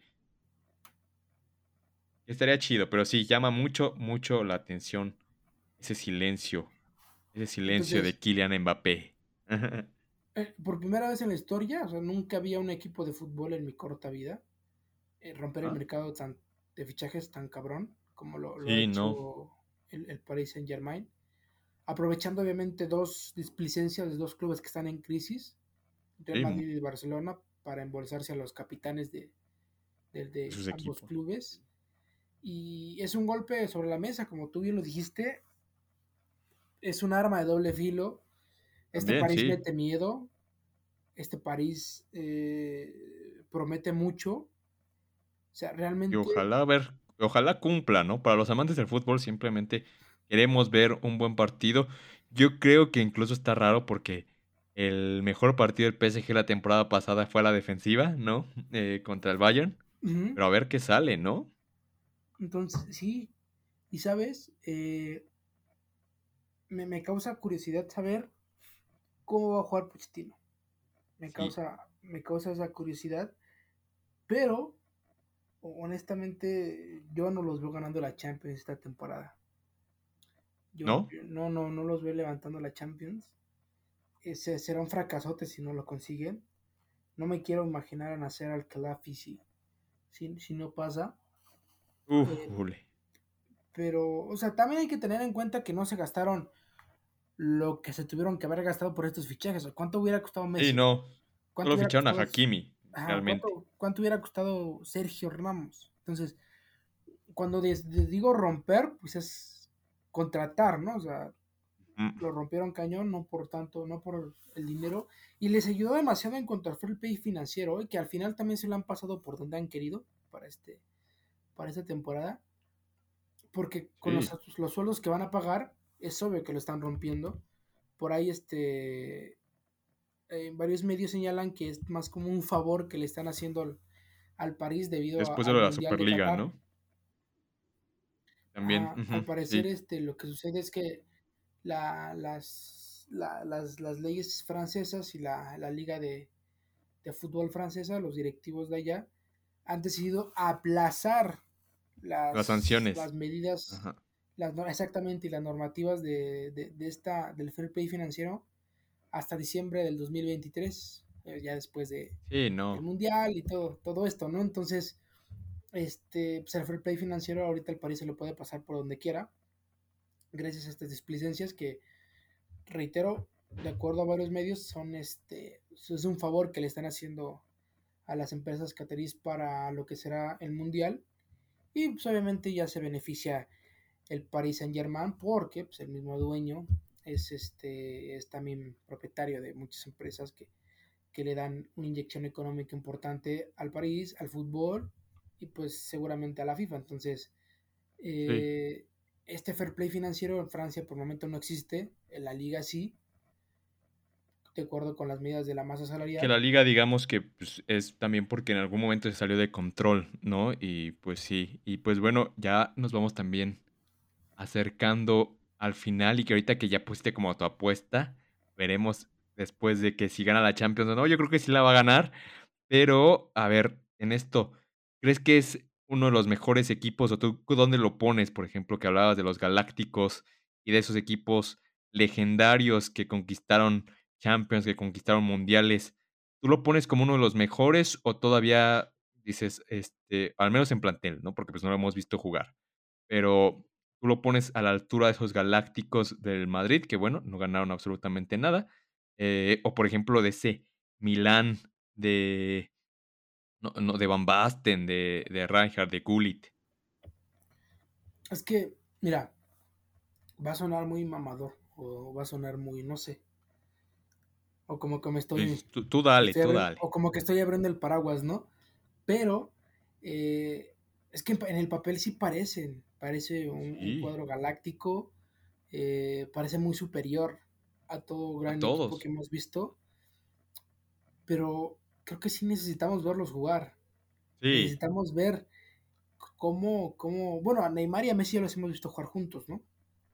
estaría chido, pero sí, llama mucho, mucho la atención ese silencio de entonces, Kylian Mbappé. por primera vez en la historia, o sea, nunca había un equipo de fútbol en mi corta vida romper el ¿Ah? mercado de fichajes tan cabrón como lo ha Sí, no. hecho el Paris Saint-Germain, aprovechando obviamente dos displicencias de dos clubes que están en crisis, Real Sí, Madrid y Barcelona, para embolsarse a los capitanes de sus ambos equipos. clubes. Y es un golpe sobre la mesa, como tú bien lo dijiste, es un arma de doble filo. Este También, París sí. mete miedo, este París promete mucho. O sea, Y realmente. ojalá ojalá cumpla, ¿no? Para los amantes del fútbol simplemente queremos ver un buen partido. Yo creo que incluso está raro porque el mejor partido del PSG la temporada pasada fue a la defensiva, ¿no? Contra el Bayern. Uh-huh. Pero a ver qué sale, ¿no? Entonces, sí. Y sabes, me causa curiosidad saber cómo va a jugar Pochettino. Sí. Me causa esa curiosidad, pero honestamente yo no los veo ganando la Champions esta temporada. ¿No? No los veo levantando la Champions. Será un fracasote si no lo consiguen. No me quiero imaginar a Nasser Al-Khelafi si no pasa. Eh, Ule. pero, o sea, también hay que tener en cuenta que no se gastaron lo que se tuvieron que haber gastado por estos fichajes. ¿Cuánto hubiera costado Sí, Messi? no. ¿Cuánto Solo hubiera ficharon a costado? Hakimi, Ajá, realmente. ¿cuánto hubiera costado Sergio Ramos? Entonces, cuando digo romper, pues es contratar, ¿no? O sea, Mm. lo rompieron cañón, no por tanto, no por el dinero, y les ayudó demasiado en cuanto al fair play financiero, que al final también se lo han pasado por donde han querido para esta temporada, porque con Sí. los sueldos que van a pagar, es obvio que lo están rompiendo. Por ahí varios medios señalan que es más como un favor que le están haciendo al París debido Después de al lo de la Mundial de Superliga, Qatar. ¿no? También. Al Ujú, parecer, sí. lo que sucede es que las leyes francesas y la liga de fútbol francesa, los directivos de allá, han decidido aplazar Las las sanciones. medidas, Ajá. exactamente, y las normativas del fair play financiero hasta diciembre del 2023, ya después Sí, del no. Mundial y todo esto, ¿no? Entonces, pues el fair play financiero ahorita el París se lo puede pasar por donde quiera, gracias a estas displicencias que, reitero, de acuerdo a varios medios, es un favor que le están haciendo a las empresas catarís para lo que será el Mundial. Y pues obviamente ya se beneficia el Paris Saint Germain porque pues, el mismo dueño es también propietario de muchas empresas que le dan una inyección económica importante al París, al fútbol y pues seguramente a la FIFA. Entonces, Sí. este fair play financiero en Francia por el momento no existe, en la liga sí, de acuerdo con las medidas de la masa Que salarial. la liga, digamos que pues, es también porque en algún momento se salió de control, ¿no? Y pues sí. Y pues bueno, ya nos vamos también acercando al final y que ahorita que ya pusiste como tu apuesta, veremos después de que si gana la Champions o no. Yo creo que sí la va a ganar, pero a ver, en esto, ¿crees que es uno de los mejores equipos o tú dónde lo pones? Por ejemplo, que hablabas de los Galácticos y de esos equipos legendarios que conquistaron Champions, que conquistaron mundiales. ¿Tú lo pones como uno de los mejores o todavía dices, al menos en plantel, ¿no? Porque pues no lo hemos visto jugar, pero tú lo pones a la altura de esos Galácticos del Madrid, que bueno, no ganaron absolutamente nada, o por ejemplo de ese Milán de no, de Van Basten, de Rijkaard, de Gullit. Es que, mira, va a sonar muy mamador o va a sonar muy, no sé, o como que Pues, tú dale, tú o dale. como que estoy abriendo el paraguas, ¿no? Pero es que en el papel sí parecen. Parece un Sí, cuadro galáctico, parece muy superior a todo a gran equipo que todos. hemos visto, pero creo que sí necesitamos verlos jugar. Sí, Necesitamos ver bueno, a Neymar y a Messi ya los hemos visto jugar juntos, ¿no?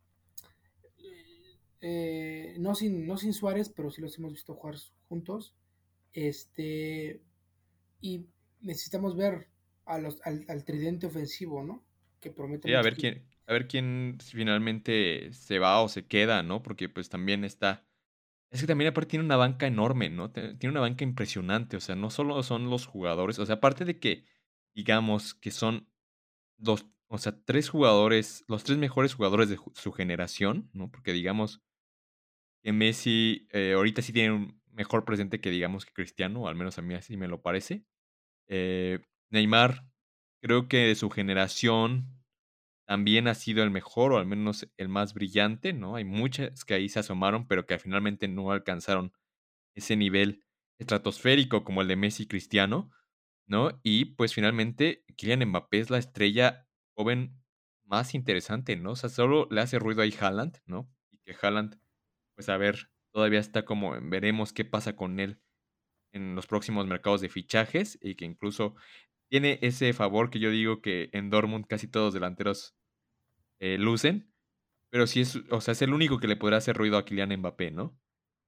No sin Suárez, pero sí los hemos visto jugar juntos. Este, y necesitamos ver al tridente ofensivo, ¿no? Que promete sí, mucho. a ver quién finalmente se va o se queda, ¿no? Porque pues también está. Es que también aparte tiene una banca enorme, ¿no? Tiene una banca impresionante. O sea, no solo son los jugadores. O sea, aparte de que, digamos, que son o sea, tres jugadores, los tres mejores jugadores de su generación, ¿no? Porque digamos que Messi ahorita sí tiene un mejor presente que digamos que Cristiano, o al menos a mí así me lo parece. Eh, Neymar, creo que de su generación también ha sido el mejor, o al menos el más brillante, ¿no? Hay muchas que ahí se asomaron, pero que finalmente no alcanzaron ese nivel estratosférico como el de Messi y Cristiano, ¿no? Y pues finalmente Kylian Mbappé es la estrella joven más interesante, ¿no? O sea, solo le hace ruido ahí Haaland, ¿no? Y que Haaland, pues a ver, todavía está como veremos qué pasa con él en los próximos mercados de fichajes y que incluso tiene ese favor que yo digo que en Dortmund casi todos delanteros lucen, pero sí es, o sea, es el único que le podrá hacer ruido a Kylian Mbappé, ¿no?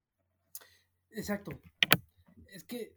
Exacto. Es que,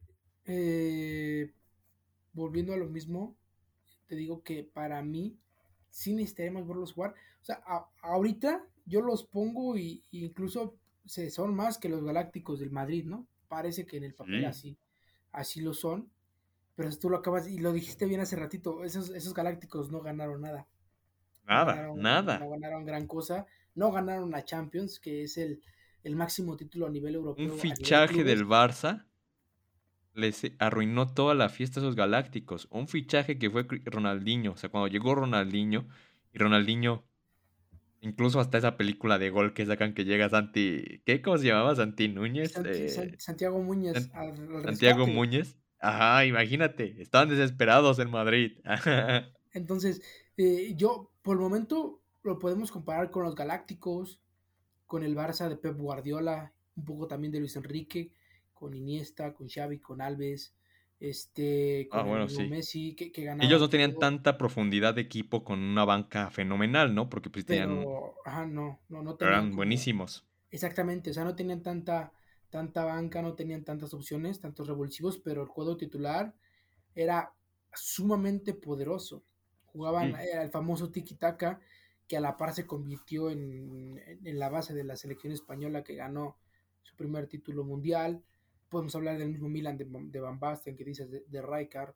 volviendo a lo mismo, te digo que para mí sí necesitaremos verlos jugar. O sea, ahorita yo los pongo y incluso son más que los Galácticos del Madrid, ¿no? Parece que en el papel Sí, así lo son. Pero tú lo acabas, y lo dijiste bien hace ratito, esos Galácticos no ganaron nada. nada, No nada. ganaron gran cosa. No ganaron la Champions, que es el máximo título a nivel Un europeo, a nivel fichaje clubes. del Barça les arruinó toda la fiesta a esos galácticos. Un fichaje que fue Ronaldinho. O sea, cuando llegó Ronaldinho, y Ronaldinho, incluso hasta esa película de gol que sacan que llega Santi, ¿qué? ¿Cómo se llamaba? Santi Núñez, Santiago Muñez San- al Santiago rescate. Muñez. Ajá, imagínate, estaban desesperados en Madrid. Entonces, yo por el momento lo podemos comparar con los Galácticos, con el Barça de Pep Guardiola, un poco también de Luis Enrique, con Iniesta, con Xavi, con Alves, Ah, con el bueno, mismo sí. Messi, que Ellos ganaban no tenían todo, tanta profundidad de equipo con una banca fenomenal, ¿no? Porque pues tenían, pero ajá, no pero tenían eran como buenísimos. exactamente, o sea, no tenían tanta banca, no tenían tantas opciones, tantos revulsivos, pero el juego titular era sumamente poderoso. Jugaban Sí. el famoso tiki-taka, que a la par se convirtió en la base de la selección española que ganó su primer título mundial. Podemos hablar del mismo Milan de Van Basten, que dices de Rijkaard.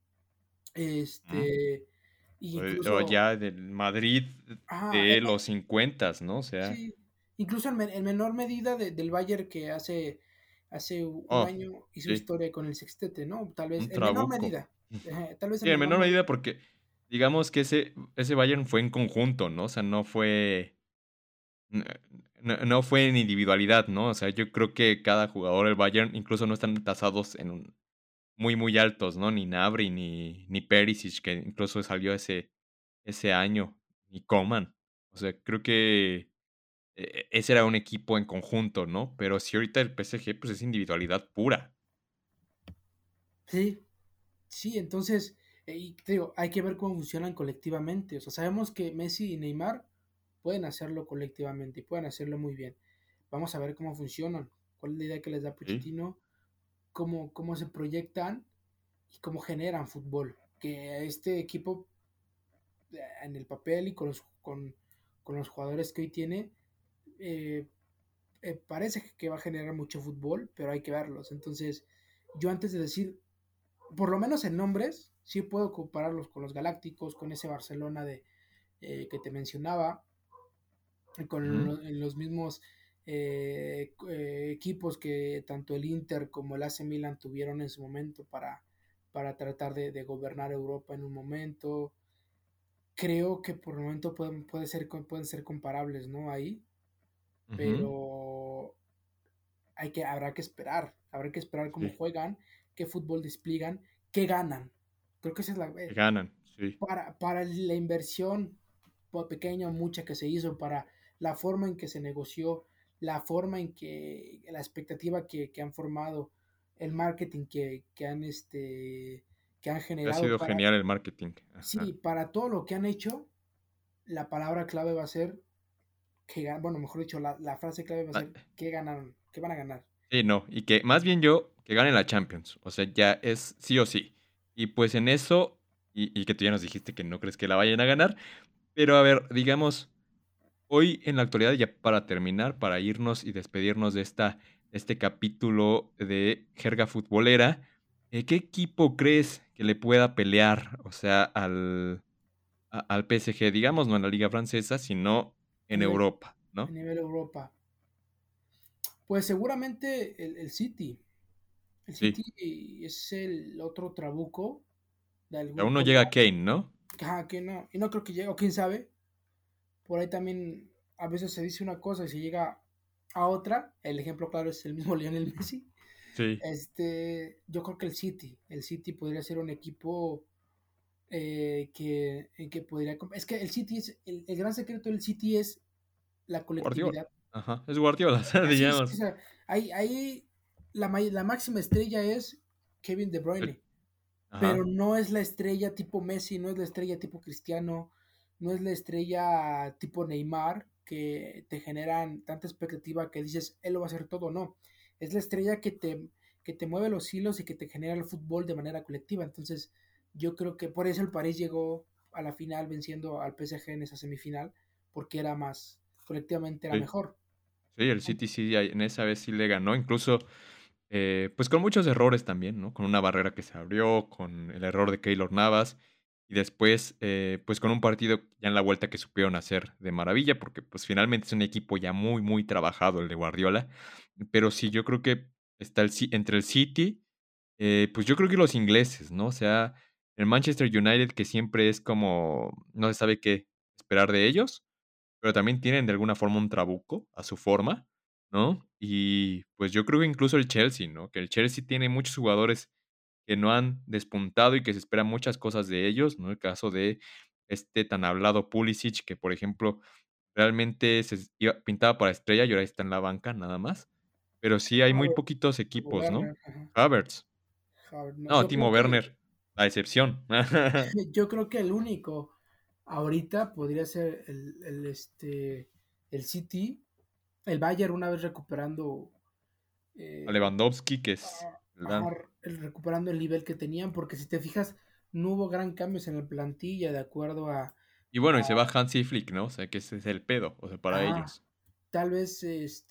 ¿Mm? Este, y O incluso, ya del Madrid ajá, de los 50, ¿no? O sea, sí, incluso en menor medida del Bayern que hace un oh, año hizo sí, historia con el sextete, ¿no? Tal vez un en menor trabuco. medida, tal vez Sí, en en menor menor medida, medida porque digamos que ese Bayern fue en conjunto, ¿no? O sea, no fue en individualidad, ¿no? O sea, yo creo que cada jugador del Bayern incluso no están tasados muy, muy altos, ¿no? Ni Gnabry, ni Perisic, que incluso salió ese año, ni Coman. O sea, creo que ese era un equipo en conjunto, ¿no? Pero si ahorita el PSG, pues es individualidad pura. sí, sí, entonces, y te digo, hay que ver cómo funcionan colectivamente. O sea, sabemos que Messi y Neymar pueden hacerlo colectivamente y pueden hacerlo muy bien. Vamos a ver cómo funcionan, cuál es la idea que les da Sí. Pochettino, cómo se proyectan y cómo generan fútbol. Que este equipo, en el papel y con los jugadores que hoy tiene, eh, parece que va a generar mucho fútbol, pero hay que verlos. Entonces, yo antes de decir por lo menos en nombres, sí puedo compararlos con los Galácticos, con ese Barcelona que te mencionaba, con Ujú, los mismos equipos que tanto el Inter como el AC Milan tuvieron en su momento para tratar de gobernar Europa en un momento. Creo que por el momento pueden ser comparables, ¿no? Ahí, ujú, pero habrá que esperar cómo sí, juegan, qué fútbol despliegan, qué ganan. Creo que esa es que ganan, sí. para la inversión. pequeña o mucha que se hizo, para la forma en que se negoció, la forma en que, la expectativa que han formado, el marketing que han Ha generado, sido genial el marketing. sí, Ajá. para todo lo que han hecho, la palabra clave va a ser bueno, mejor dicho, la frase clave va a Ah, ser que ganaron, que van a ganar. sí, no, y que más bien yo, que ganen la Champions. O sea, ya es sí o sí. Y pues en eso, y que tú ya nos dijiste que no crees que la vayan a ganar, pero a ver, digamos, hoy en la actualidad, ya para terminar, para irnos y despedirnos de este capítulo de jerga futbolera, ¿qué equipo crees que le pueda pelear, o sea, al PSG? Digamos, no en la liga francesa, sino A en nivel, Europa, a ¿no? nivel Europa. Pues seguramente el City. El Sí, City es el otro trabuco de aún algún no por llega Kane, ¿no? que no, y no creo que llegue, o quién sabe, por ahí también a veces se dice una cosa y se llega a otra. El ejemplo claro es el mismo Lionel Messi. Sí, Yo creo que el City podría ser un equipo en que podría, es que el City es, el gran secreto del City es la Guardiola. colectividad. Ajá, es Guardiola, Así, sí, o digamos. sea, ahí la máxima estrella es Kevin De El- Bruyne, pero Ajá. no es la estrella tipo Messi, no es la estrella tipo Cristiano, no es la estrella tipo Neymar que te generan tanta expectativa que dices, él lo va a hacer todo, no. Es la estrella que te mueve los hilos y que te genera el fútbol de manera colectiva. Entonces, yo creo que por eso el París llegó a la final venciendo al PSG en esa semifinal, porque era más, colectivamente era Sí, mejor. sí, el City sí, en esa vez sí le ganó, incluso pues con muchos errores también, ¿no? Con una barrera que se abrió, con el error de Keylor Navas y después pues con un partido ya en la vuelta que supieron hacer de maravilla, porque pues finalmente es un equipo ya muy, muy trabajado el de Guardiola, pero sí, yo creo que está entre el City, pues yo creo que los ingleses, ¿no? O sea, el Manchester United que siempre es como, no se sabe qué esperar de ellos, pero también tienen de alguna forma un trabuco a su forma, ¿no? Y pues yo creo que incluso el Chelsea, ¿no? Que el Chelsea tiene muchos jugadores que no han despuntado y que se esperan muchas cosas de ellos, ¿no? El caso de este tan hablado Pulisic, que por ejemplo realmente pintaba para estrella y ahora está en la banca nada más. Pero sí hay muy Havertz, poquitos Timo equipos, ¿no? Werner, ajá. Havertz. No, No, Timo Werner, la excepción. yo creo que el único ahorita podría ser el City, el Bayern una vez recuperando A eh, Lewandowski, que es ajá, recuperando el nivel que tenían, porque si te fijas, no hubo gran cambios en la plantilla de acuerdo y bueno, y se va Hansi Flick, ¿no? O sea, que ese es el pedo, o sea, para ajá, ellos. tal vez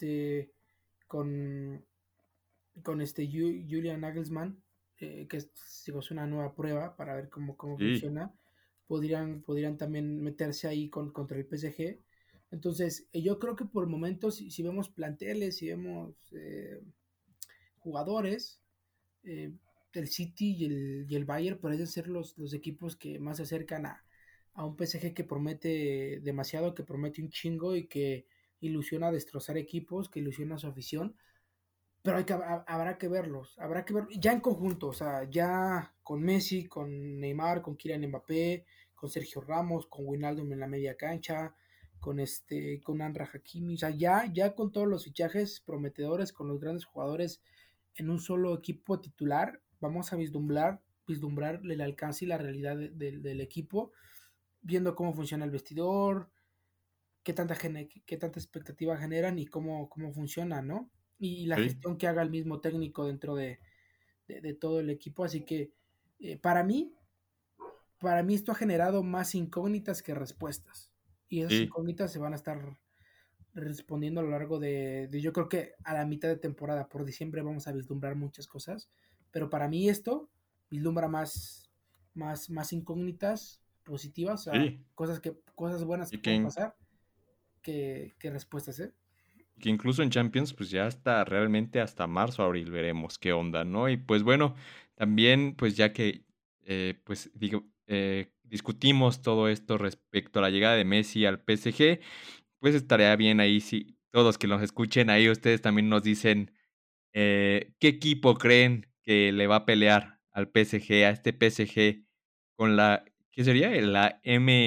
con, Julian Nagelsmann, digo, es una nueva prueba para ver cómo Sí, funciona, podrían también meterse ahí contra el PSG. Entonces, yo creo que por momentos, si vemos planteles, si vemos jugadores, eh, el City y el Bayern parecen ser los equipos que más se acercan a un PSG que promete demasiado, que promete un chingo y que ilusiona a destrozar equipos, que ilusiona a su afición, pero habrá que ver ya en conjunto, o sea, ya con Messi, con Neymar, con Kylian Mbappé, con Sergio Ramos, con Wijnaldum en la media cancha, con Anra Hakimi, o sea, ya con todos los fichajes prometedores, con los grandes jugadores en un solo equipo titular, vamos a vislumbrar el alcance y la realidad del equipo, viendo cómo funciona el vestidor, qué tanta expectativa generan y cómo funciona, ¿no? Y la sí, gestión que haga el mismo técnico dentro de todo el equipo. Así que eh, para mí, para mí esto ha generado más incógnitas que respuestas. Y esas sí, incógnitas se van a estar respondiendo a lo largo yo creo que a la mitad de temporada, por diciembre, vamos a vislumbrar muchas cosas. Pero para mí esto vislumbra más incógnitas positivas, o sea, sí. cosas buenas que Y pueden pasar que respuestas, ¿eh? que incluso en Champions, pues ya hasta realmente hasta marzo, abril veremos qué onda, ¿no? Y pues bueno, también, pues ya que, pues digo, discutimos todo esto respecto a la llegada de Messi al PSG, pues estaría bien ahí si todos que nos escuchen ahí, ustedes también nos dicen qué equipo creen que le va a pelear al PSG, a este PSG, con la, ¿qué sería? La M.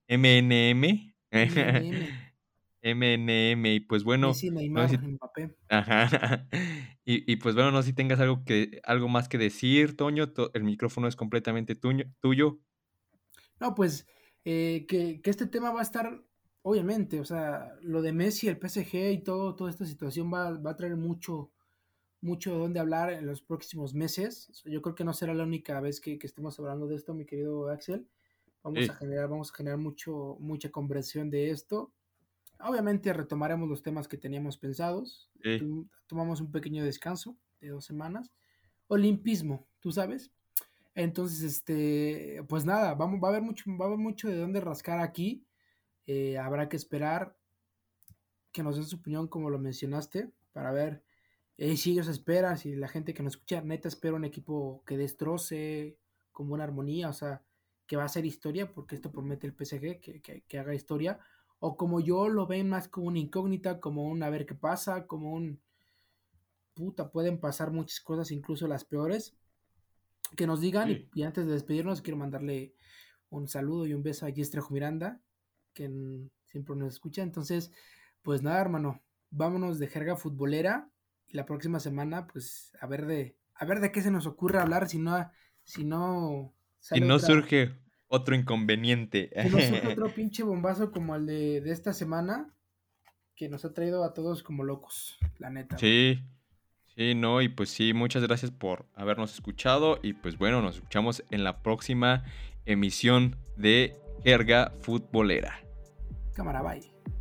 MNM. MNM. MNM. Y pues bueno, Messi, no Neymar, sé si... Mbappé. Ajá. Y pues bueno, no sé si tengas algo más que decir, Toño. El micrófono es completamente tuyo. No, pues que este tema va a estar, obviamente, o sea, lo de Messi, el PSG y toda esta situación va a traer mucho de dónde hablar en los próximos meses. O sea, yo creo que no será la única vez que estemos hablando de esto, mi querido Axel. Sí, Vamos a generar mucha conversación de esto. Obviamente retomaremos los temas que teníamos pensados. sí. Tomamos un pequeño descanso de 2 semanas. Olimpismo, tú sabes. Entonces, pues nada, va a haber mucho de dónde rascar aquí. Habrá que esperar que nos den su opinión, como lo mencionaste, para ver si ellos esperan, si la gente que nos escucha, neta espera un equipo que destroce como una armonía, o sea, que va a ser historia, porque esto promete el PSG, que haga historia, o como yo lo ven más como una incógnita, como un a ver qué pasa, como un puta, pueden pasar muchas cosas, incluso las peores, que nos digan, Sí. y antes de despedirnos, quiero mandarle un saludo y un beso a Yestrejo Miranda, que siempre nos escucha. Entonces, pues nada, hermano, vámonos de jerga futbolera y la próxima semana, pues a ver de qué se nos ocurre hablar si no Si sale no otra, surge otro inconveniente. si no surge otro pinche bombazo como el de esta semana, que nos ha traído a todos como locos, la neta, hermano. Sí, sí, no, y pues sí, muchas gracias por habernos escuchado y pues bueno, nos escuchamos en la próxima emisión de Jerga Futbolera. Cámara, bye.